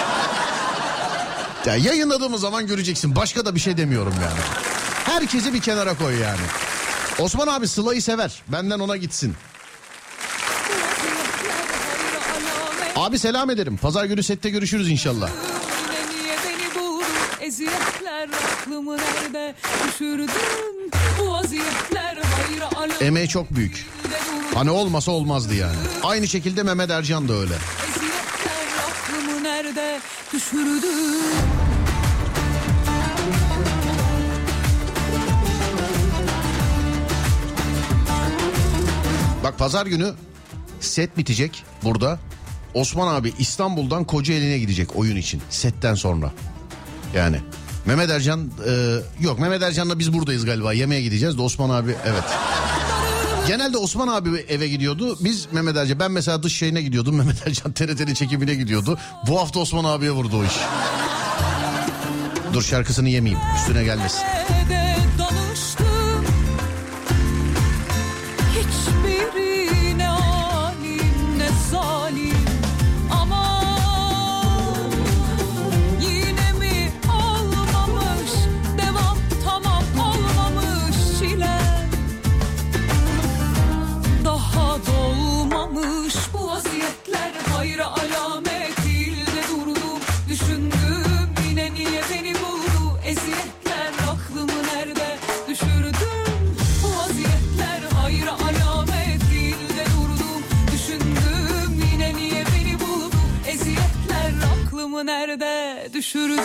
Ya yayınladığımız zaman göreceksin. Başka da bir şey demiyorum yani. Herkesi bir kenara koy yani. Osman abi Sıla'yı sever. Benden ona gitsin. Abi selam ederim. Pazar günü sette görüşürüz inşallah. Emeği çok büyük. Hani olmasa olmazdı yani. Aynı şekilde Mehmet Ercan da öyle. Bak pazar günü set bitecek burada. Osman abi İstanbul'dan Kocaeli'ne gidecek oyun için setten sonra. Yani Mehmet Ercan yok Mehmet Ercan'la biz buradayız galiba, yemeğe gideceğiz de Osman abi evet. Genelde Osman abi eve gidiyordu. Biz Mehmet Ercan, ben mesela dış şeyine gidiyordum. Mehmet Ercan TRT'nin çekimine gidiyordu. Bu hafta Osman abiye vurdu o iş. Dur şarkısını yemeyeyim, üstüne gelmesin. Hiçbirine alim ne zalim. Ama yine mi olmamış, devam tamam olmamış çile. Daha dolmamış bu vaziyetler, hayra alamet değil de durdum. Düşündüm yine niye beni buldu eziyetler, aklımı nerede düşürdüm. Bu vaziyetler hayra alamet değil de durdum. Düşündüm yine niye beni buldu eziyetler, aklımı nerede düşürdüm.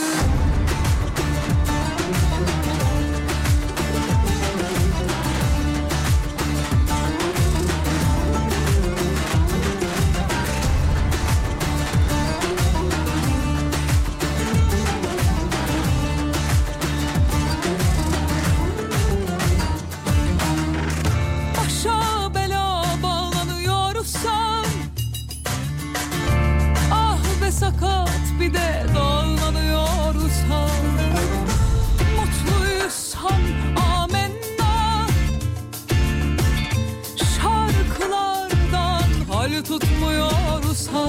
Başa bela bağlanıyorsam, ah be sakat bir de dağlanıyorsam, mutluysam amenna, şarkılardan hal tutmuyorsam,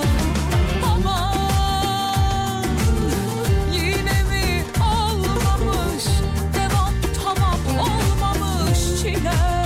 aman yine mi olmamış, devam tamam olmamış çile.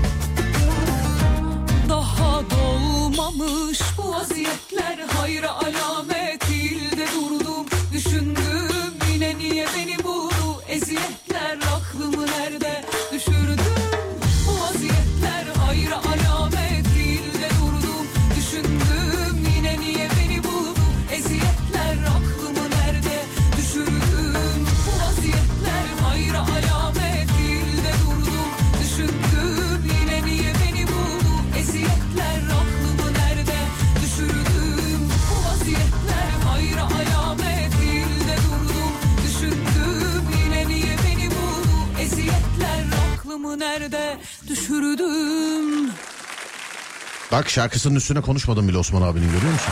Daha dolmamış bu vaziyetler, hayra alamet değil de durdum. Düşündüm yine niye beni buldu eziyetler, aklımı nerede düşürdüm. Bu vaziyetler hayra alamet değil de durdum. Düşündüm yine niye beni buldu eziyetler, aklımı nerede düşürdüm. Bu vaziyetler hayra alamet değil de durdum. Düşündüm yine niye beni buldu eziyetler, aklımı nerede düşürdüm. Bu vaziyetler hayra alamet değil de durdum. Düşündüm yine niye beni buldu eziyetler, aklımı nerede düşürdüm. Bak şarkısının üstüne konuşmadım bile Osman abinin, görüyor musun?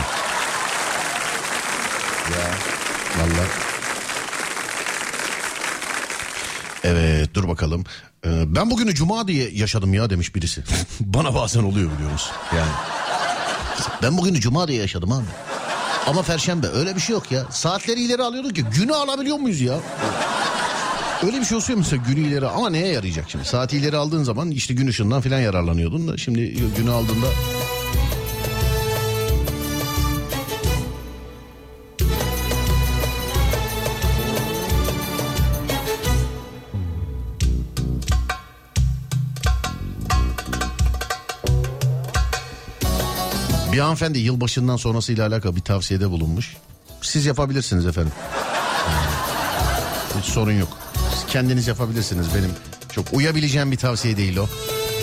Ya vallahi. Evet, dur bakalım. Ben bugünü cuma diye yaşadım ya demiş birisi. Bana bazen oluyor biliyorsunuz. Yani. Ben bugünü cuma diye yaşadım abi. Ama perşembe, öyle bir şey yok ya. Saatleri ileri alıyorduk ki günü alabiliyor muyuz ya? Öyle bir şey olsa mesela günü ileri, ama neye yarayacak şimdi? Saati ileri aldığın zaman işte gün ışığından falan yararlanıyordun da şimdi günü aldığında... Bir hanımefendi yılbaşından sonrasıyla alakalı bir tavsiyede bulunmuş. Siz yapabilirsiniz efendim. Hiç sorun yok. Siz kendiniz yapabilirsiniz. Benim çok uyabileceğim bir tavsiye değil o.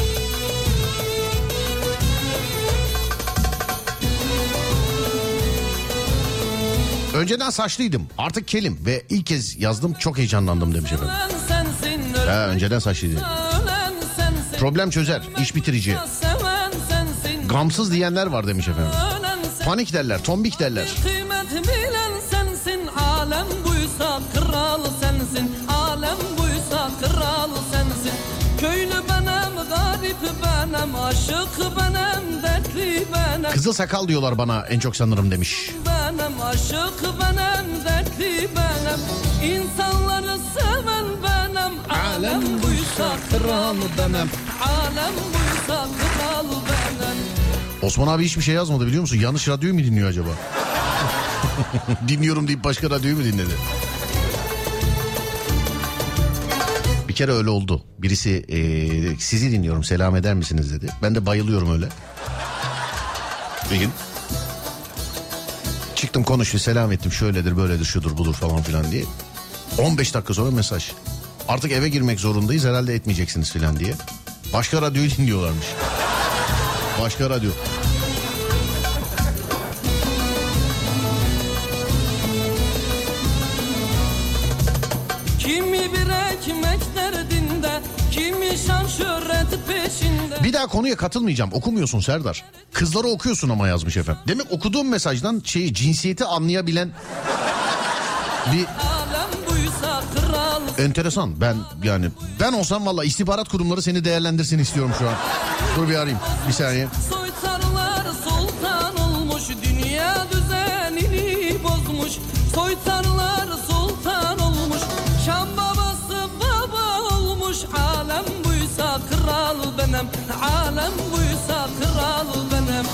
Önceden saçlıydım. Artık kelim ve ilk kez yazdım. Çok heyecanlandım demiş efendim. Önceden saçlıydım. Problem çözer, iş bitirici. Gamsız diyenler var demiş efendim. Panik derler, tombik derler. Kıymet bilen sensin, alem buysa kral sensin, alem buysa kral sensin. Köylü benim, garip benim, aşık benim, dertli benim. Kızıl sakal diyorlar bana en çok sanırım demiş. Benim aşık benim, dertli benim. İnsanları seven benim, alem buysa kral benim, alem buysa kral benim. Osman abi hiçbir şey yazmadı biliyor musun? Yanlış radyoyu mu dinliyor acaba? Dinliyorum deyip başka radyoyu mu dinledi? Bir kere öyle oldu. Birisi sizi dinliyorum, selam eder misiniz dedi. Ben de bayılıyorum öyle. Bir gün çıktım, konuştu, selam ettim, şöyledir böyledir şudur budur falan filan diye. 15 dakika sonra mesaj. Artık eve girmek zorundayız, herhalde etmeyeceksiniz filan diye. Başka radyoyu dinliyorlarmış. Başka radyo. Kimi bir ekmek derdinde, kimi şan şöhret peşinde. Bir daha konuya katılmayacağım. Okumuyorsun Serdar. Kızları okuyorsun ama yazmış efendim. Demek okuduğum mesajdan cinsiyeti anlayabilen bir... Enteresan. Ben olsam valla istihbarat kurumları seni değerlendirsin istiyorum şu an. Dur bir arayayım. Bir saniye. Soytarlar sultan olmuş, dünya düzenini bozmuş. Soytarlar sultan olmuş, Şam babası baba olmuş. Alem buysa kral benim, alem buysa kral benim.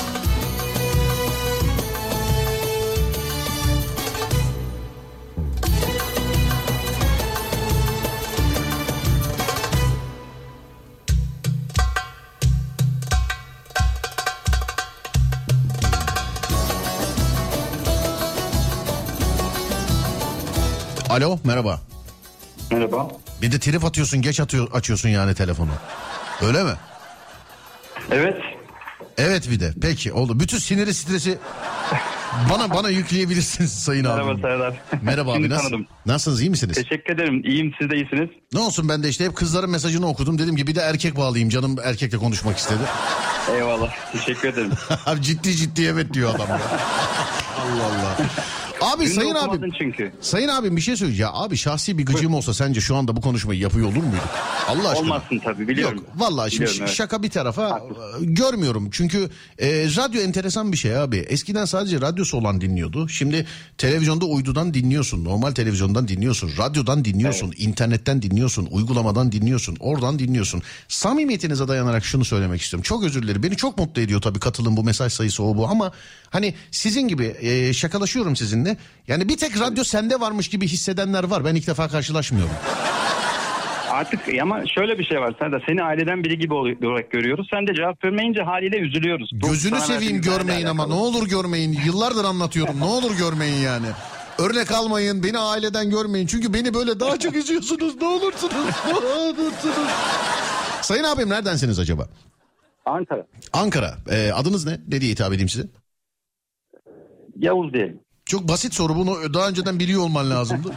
Alo, merhaba. Merhaba. Bir de trip atıyorsun, geç açıyorsun yani telefonu. Öyle mi? Evet. Evet bir de. Peki oldu. Bütün siniri stresi bana yükleyebilirsiniz sayın abi. Merhaba Serdar. Merhaba abi, nasılsınız, iyi misiniz? Teşekkür ederim. İyiyim, siz de iyisiniz. Ne olsun, ben de işte hep kızların mesajını okudum. Dedim ki bir de erkek bağlayayım, canım erkekle konuşmak istedi. Eyvallah. Teşekkür ederim. ciddi evet diyor adam ya. Allah Allah. Abi Günde sayın abim. Çünkü. Sayın abim bir şey söyleyeceğim. Ya abi şahsi bir gıcığım olsa sence şu anda bu konuşmayı yapıyor olur muyduk? Allah aşkına. Olmazsın tabii, biliyorum. Yok vallahi şimdi evet. Şaka bir tarafa görmüyorum. Çünkü radyo enteresan bir şey abi. Eskiden sadece radyosu olan dinliyordu. Şimdi televizyonda uydudan dinliyorsun. Normal televizyondan dinliyorsun. Radyodan dinliyorsun. Evet. İnternetten dinliyorsun. Uygulamadan dinliyorsun. Oradan dinliyorsun. Samimiyetinize dayanarak şunu söylemek istiyorum. Çok özür dilerim. Beni çok mutlu ediyor tabii katılım, bu mesaj sayısı o bu. Ama hani sizin gibi şakalaşıyorum sizinle. Yani bir tek radyo sende varmış gibi hissedenler var. Ben ilk defa karşılaşmıyorum. Artık ama şöyle bir şey var Serdar. Seni aileden biri gibi olarak görüyoruz. Sen de cevap vermeyince haliyle üzülüyoruz. Gözünü seveyim görmeyin ama ne olur görmeyin. Yıllardır anlatıyorum. Ne olur görmeyin yani. Örnek almayın, beni aileden görmeyin. Çünkü beni böyle daha çok üzüyorsunuz. Ne olursunuz. Ne olursunuz. Sayın abim neredensiniz acaba? Ankara. Ankara. Adınız ne? Ne diye hitap edeyim size? Yavuz diyelim. Çok basit soru, bunu daha önceden biliyor olman lazımdı.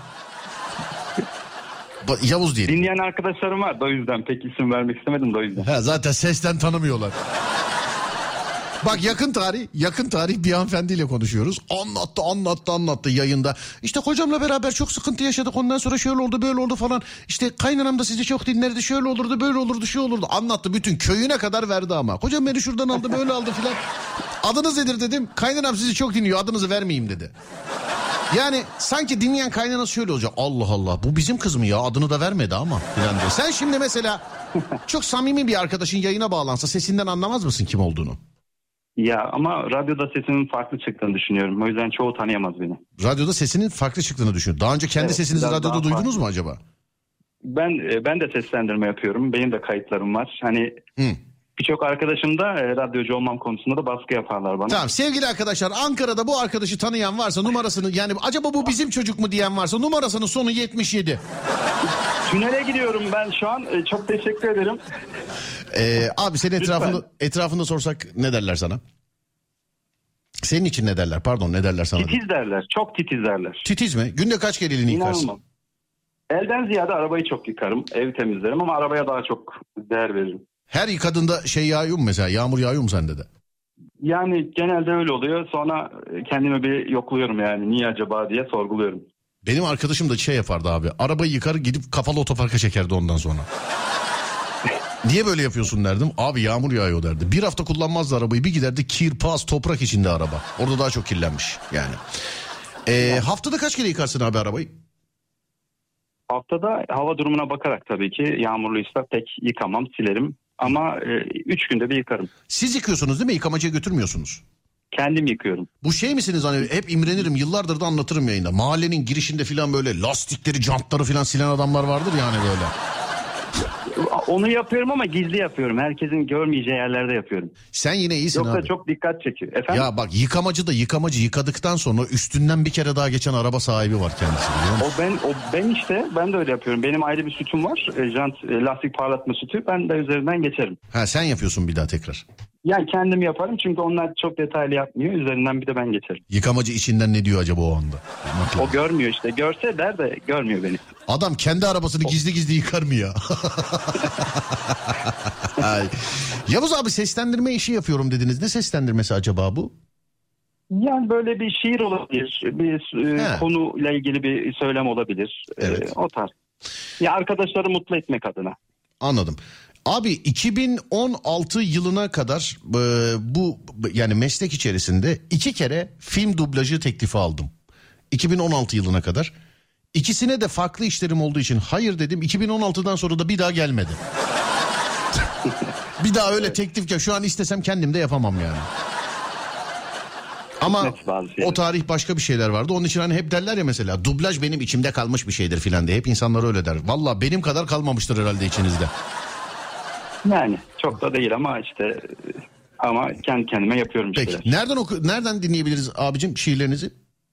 Yavuz diyelim. Dinleyen arkadaşlarım var da o yüzden pek isim vermek istemedim de o yüzden. Zaten sesten tanımıyorlar. Bak yakın tarih bir hanımefendiyle konuşuyoruz. Anlattı yayında. İşte kocamla beraber çok sıkıntı yaşadık. Ondan sonra şöyle oldu böyle oldu falan. İşte kaynanam da sizi çok dinlerdi. Şöyle olurdu böyle olurdu şu olurdu. Anlattı, bütün köyüne kadar verdi ama. Kocam beni şuradan aldı böyle aldı filan. Adınız nedir dedim. Kaynanam sizi çok dinliyor, adınızı vermeyeyim dedi. Yani sanki dinleyen kaynanası şöyle olacak. Allah Allah, bu bizim kız mı ya, adını da vermedi ama filan diyor. Sen şimdi mesela çok samimi bir arkadaşın yayına bağlansa sesinden anlamaz mısın kim olduğunu? Ya ama radyoda sesimin farklı çıktığını düşünüyorum. O yüzden çoğu tanıyamaz beni. Radyoda sesinin farklı çıktığını düşün. Daha önce kendi sesinizi radyoda duydunuz mu acaba? Ben de seslendirme yapıyorum. Benim de kayıtlarım var. Hani birçok arkadaşım da radyocu olmam konusunda da baskı yaparlar bana. Tamam sevgili arkadaşlar, Ankara'da bu arkadaşı tanıyan varsa numarasını, yani acaba bu bizim çocuk mu diyen varsa numarasının sonu 77. Tünele gidiyorum ben şu an. Çok teşekkür ederim. Abi senin etrafında sorsak ne derler sana? Senin için ne derler? Pardon, ne derler sana? Titiz derler. Çok titiz derler. Titiz mi? Günde kaç kere elini yıkarsın? İnanılmaz. Elden ziyade arabayı çok yıkarım. Evi temizlerim ama arabaya daha çok değer veririm. Her yıkadığında yağıyor mu mesela? Yağmur yağıyor mu sende de? Yani genelde öyle oluyor. Sonra kendimi bir yokluyorum yani. Niye acaba diye sorguluyorum. Benim arkadaşım da yapardı abi. Arabayı yıkar, gidip kapalı otoparka çekerdi ondan sonra. Niye böyle yapıyorsun derdim. Abi yağmur yağıyor derdi. Bir hafta kullanmazdı arabayı. Bir giderdi kir, pas, toprak içinde araba. Orada daha çok kirlenmiş yani. Haftada kaç kere yıkarsın abi arabayı? Haftada hava durumuna bakarak tabii ki. Yağmurluysa pek yıkamam, silerim. Ama 3 günde bir yıkarım. Siz yıkıyorsunuz değil mi? Yıkamacıya götürmüyorsunuz. Kendim yıkıyorum. Bu misiniz hani, hep imrenirim, yıllardır da anlatırım yayında. Mahallenin girişinde filan böyle lastikleri, jantları filan silen adamlar vardır yani böyle. Onu yapıyorum ama gizli yapıyorum. Herkesin görmeyeceği yerlerde yapıyorum. Sen yine iyisin Yoksa abi. Yoksa çok dikkat çekiyor. Efendim? Ya bak, yıkamacı yıkadıktan sonra üstünden bir kere daha geçen araba sahibi var kendisi, biliyor musun? Ben işte ben de öyle yapıyorum. Benim ayrı bir sütüm var. Lastik parlatma sütü. Ben de üzerinden geçerim. Ha, sen yapıyorsun bir daha tekrar. Yani kendim yaparım çünkü onlar çok detaylı yapmıyor. Üzerinden bir de ben geçerim. Yıkamacı içinden ne diyor acaba o anda? O görmüyor işte. Görse der de görmüyor beni. Adam kendi arabasını gizli yıkar mı ya? Yavuz abi, seslendirme işi yapıyorum dediniz. Ne seslendirmesi acaba bu? Yani böyle bir şiir olabilir. Bir konuyla ilgili bir söylem olabilir. Evet. O tarz. Ya arkadaşları mutlu etmek adına. Anladım. Abi 2016 yılına kadar bu yani meslek içerisinde 2 kere film dublajı teklifi aldım. 2016 yılına kadar. İkisine de farklı işlerim olduğu için hayır dedim. 2016'dan sonra da bir daha gelmedi. Bir daha öyle teklif, şu an istesem kendim de yapamam yani. Ama o tarih başka bir şeyler vardı. Onun için hani hep derler ya mesela, dublaj benim içimde kalmış bir şeydir filan diye. Hep insanlar öyle der. Valla benim kadar kalmamıştır herhalde içinizde. Yani çok da değil ama işte ama kendi kendime yapıyorum. Peki nereden dinleyebiliriz abicim şiirlerinizi?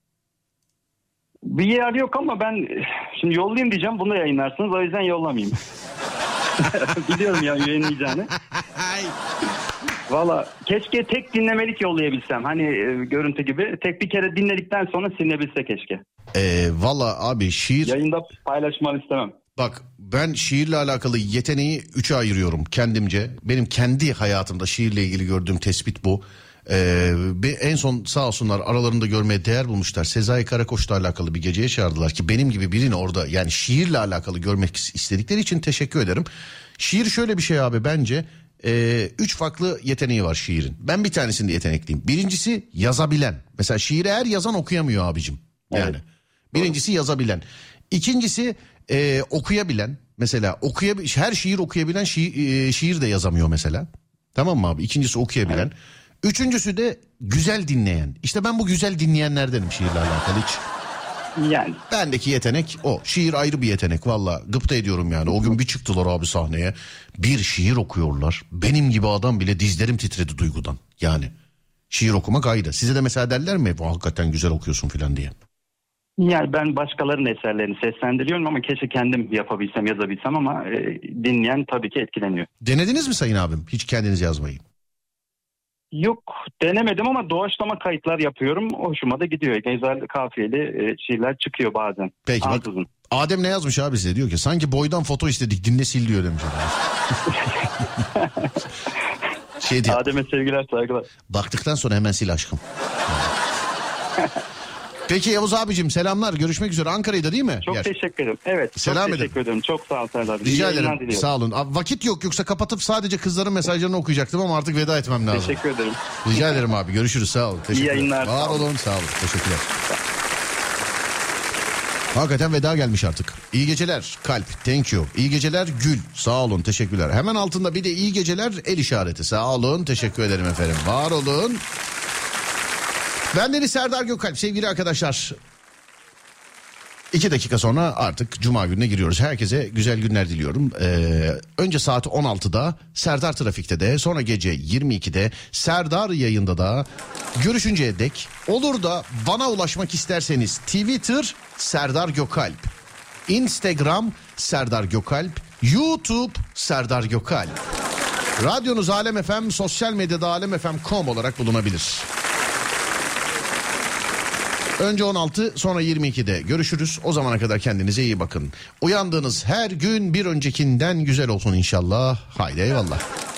Bir yer yok ama ben şimdi yollayayım diyeceğim, bunu yayınlarsınız, o yüzden yollamayayım. Biliyorum ya yayınlayacağını. Valla keşke tek dinlemelik yollayabilsem. Hani görüntü gibi. Tek bir kere dinledikten sonra silinebilse keşke. Valla abi şiir... Yayında paylaşmanı istemem. Bak ben şiirle alakalı yeteneği 3'e ayırıyorum kendimce. Benim kendi hayatımda şiirle ilgili gördüğüm tespit bu. En son sağ olsunlar aralarında görmeye değer bulmuşlar. Sezai Karakoç'la alakalı bir geceye çağırdılar ki benim gibi birini orada, yani şiirle alakalı görmek istedikleri için teşekkür ederim. Şiir şöyle bir şey abi, bence 3 farklı yeteneği var şiirin. Ben bir tanesinde yetenekliyim. Birincisi yazabilen. Mesela şiiri her yazan okuyamıyor abicim. Yani evet. Birincisi yazabilen. İkincisi okuyabilen. Mesela her şiir okuyabilen şiir de yazamıyor mesela. Tamam mı abi? İkincisi okuyabilen. Evet. Üçüncüsü de güzel dinleyen. İşte ben bu güzel dinleyenlerdenim şiirle alakalı hiç. Yani. Bendeki yetenek o. Şiir ayrı bir yetenek. Valla gıpta ediyorum yani. O gün bir çıktılar abi sahneye. Bir şiir okuyorlar. Benim gibi adam bile dizlerim titredi duygudan. Yani şiir okumak ayrı. Size de mesela derler mi? Hakikaten güzel okuyorsun falan diye. Yani ben başkalarının eserlerini seslendiriyorum ama keşke kendim yapabilsem, yazabilsem ama dinleyen tabii ki etkileniyor. Denediniz mi sayın abim hiç kendiniz yazmayı? Yok, denemedim ama doğaçlama kayıtlar yapıyorum. Hoşuma da gidiyor. Güzel kafiyeli şiirler çıkıyor bazen. Peki bak, Adem ne yazmış abi size? Diyor ki sanki boydan foto istedik, dinle sil diyor demiş. Şey diyor. Adem'e sevgiler, saygılar. Baktıktan sonra hemen sil aşkım. Peki Yavuz abicim selamlar. Görüşmek üzere. Ankara'ydı değil mi? Çok teşekkür ederim. Evet. Selam çok teşekkür ederim. Çok sağ ol Serdar. Rica ederim. Sağ olun. Vakit yok, yoksa kapatıp sadece kızların mesajlarını okuyacaktım ama artık veda etmem lazım. Teşekkür ederim. Rica ederim abi. Görüşürüz. Sağ olun. İyi yayınlar. Var olun. Sağ olun. Teşekkürler. Hakikaten veda gelmiş artık. İyi geceler kalp, thank you. İyi geceler gül, sağ olun, teşekkürler. Hemen altında bir de iyi geceler el işareti. Sağ olun, teşekkür ederim efendim. Var olun. Bendeniz Serdar Gökalp sevgili arkadaşlar. 2 dakika sonra artık Cuma gününe giriyoruz. Herkese güzel günler diliyorum. Önce saat 16'da Serdar Trafik'te de, sonra gece 22'de Serdar yayında da görüşünceye dek, olur da bana ulaşmak isterseniz Twitter Serdar Gökalp, Instagram Serdar Gökalp, YouTube Serdar Gökalp. Radyonuz Alem FM, sosyal medyada alemfm.com olarak bulunabilir. Önce 16 sonra 22'de görüşürüz. O zamana kadar kendinize iyi bakın. Uyandığınız her gün bir öncekinden güzel olsun inşallah. Haydi eyvallah.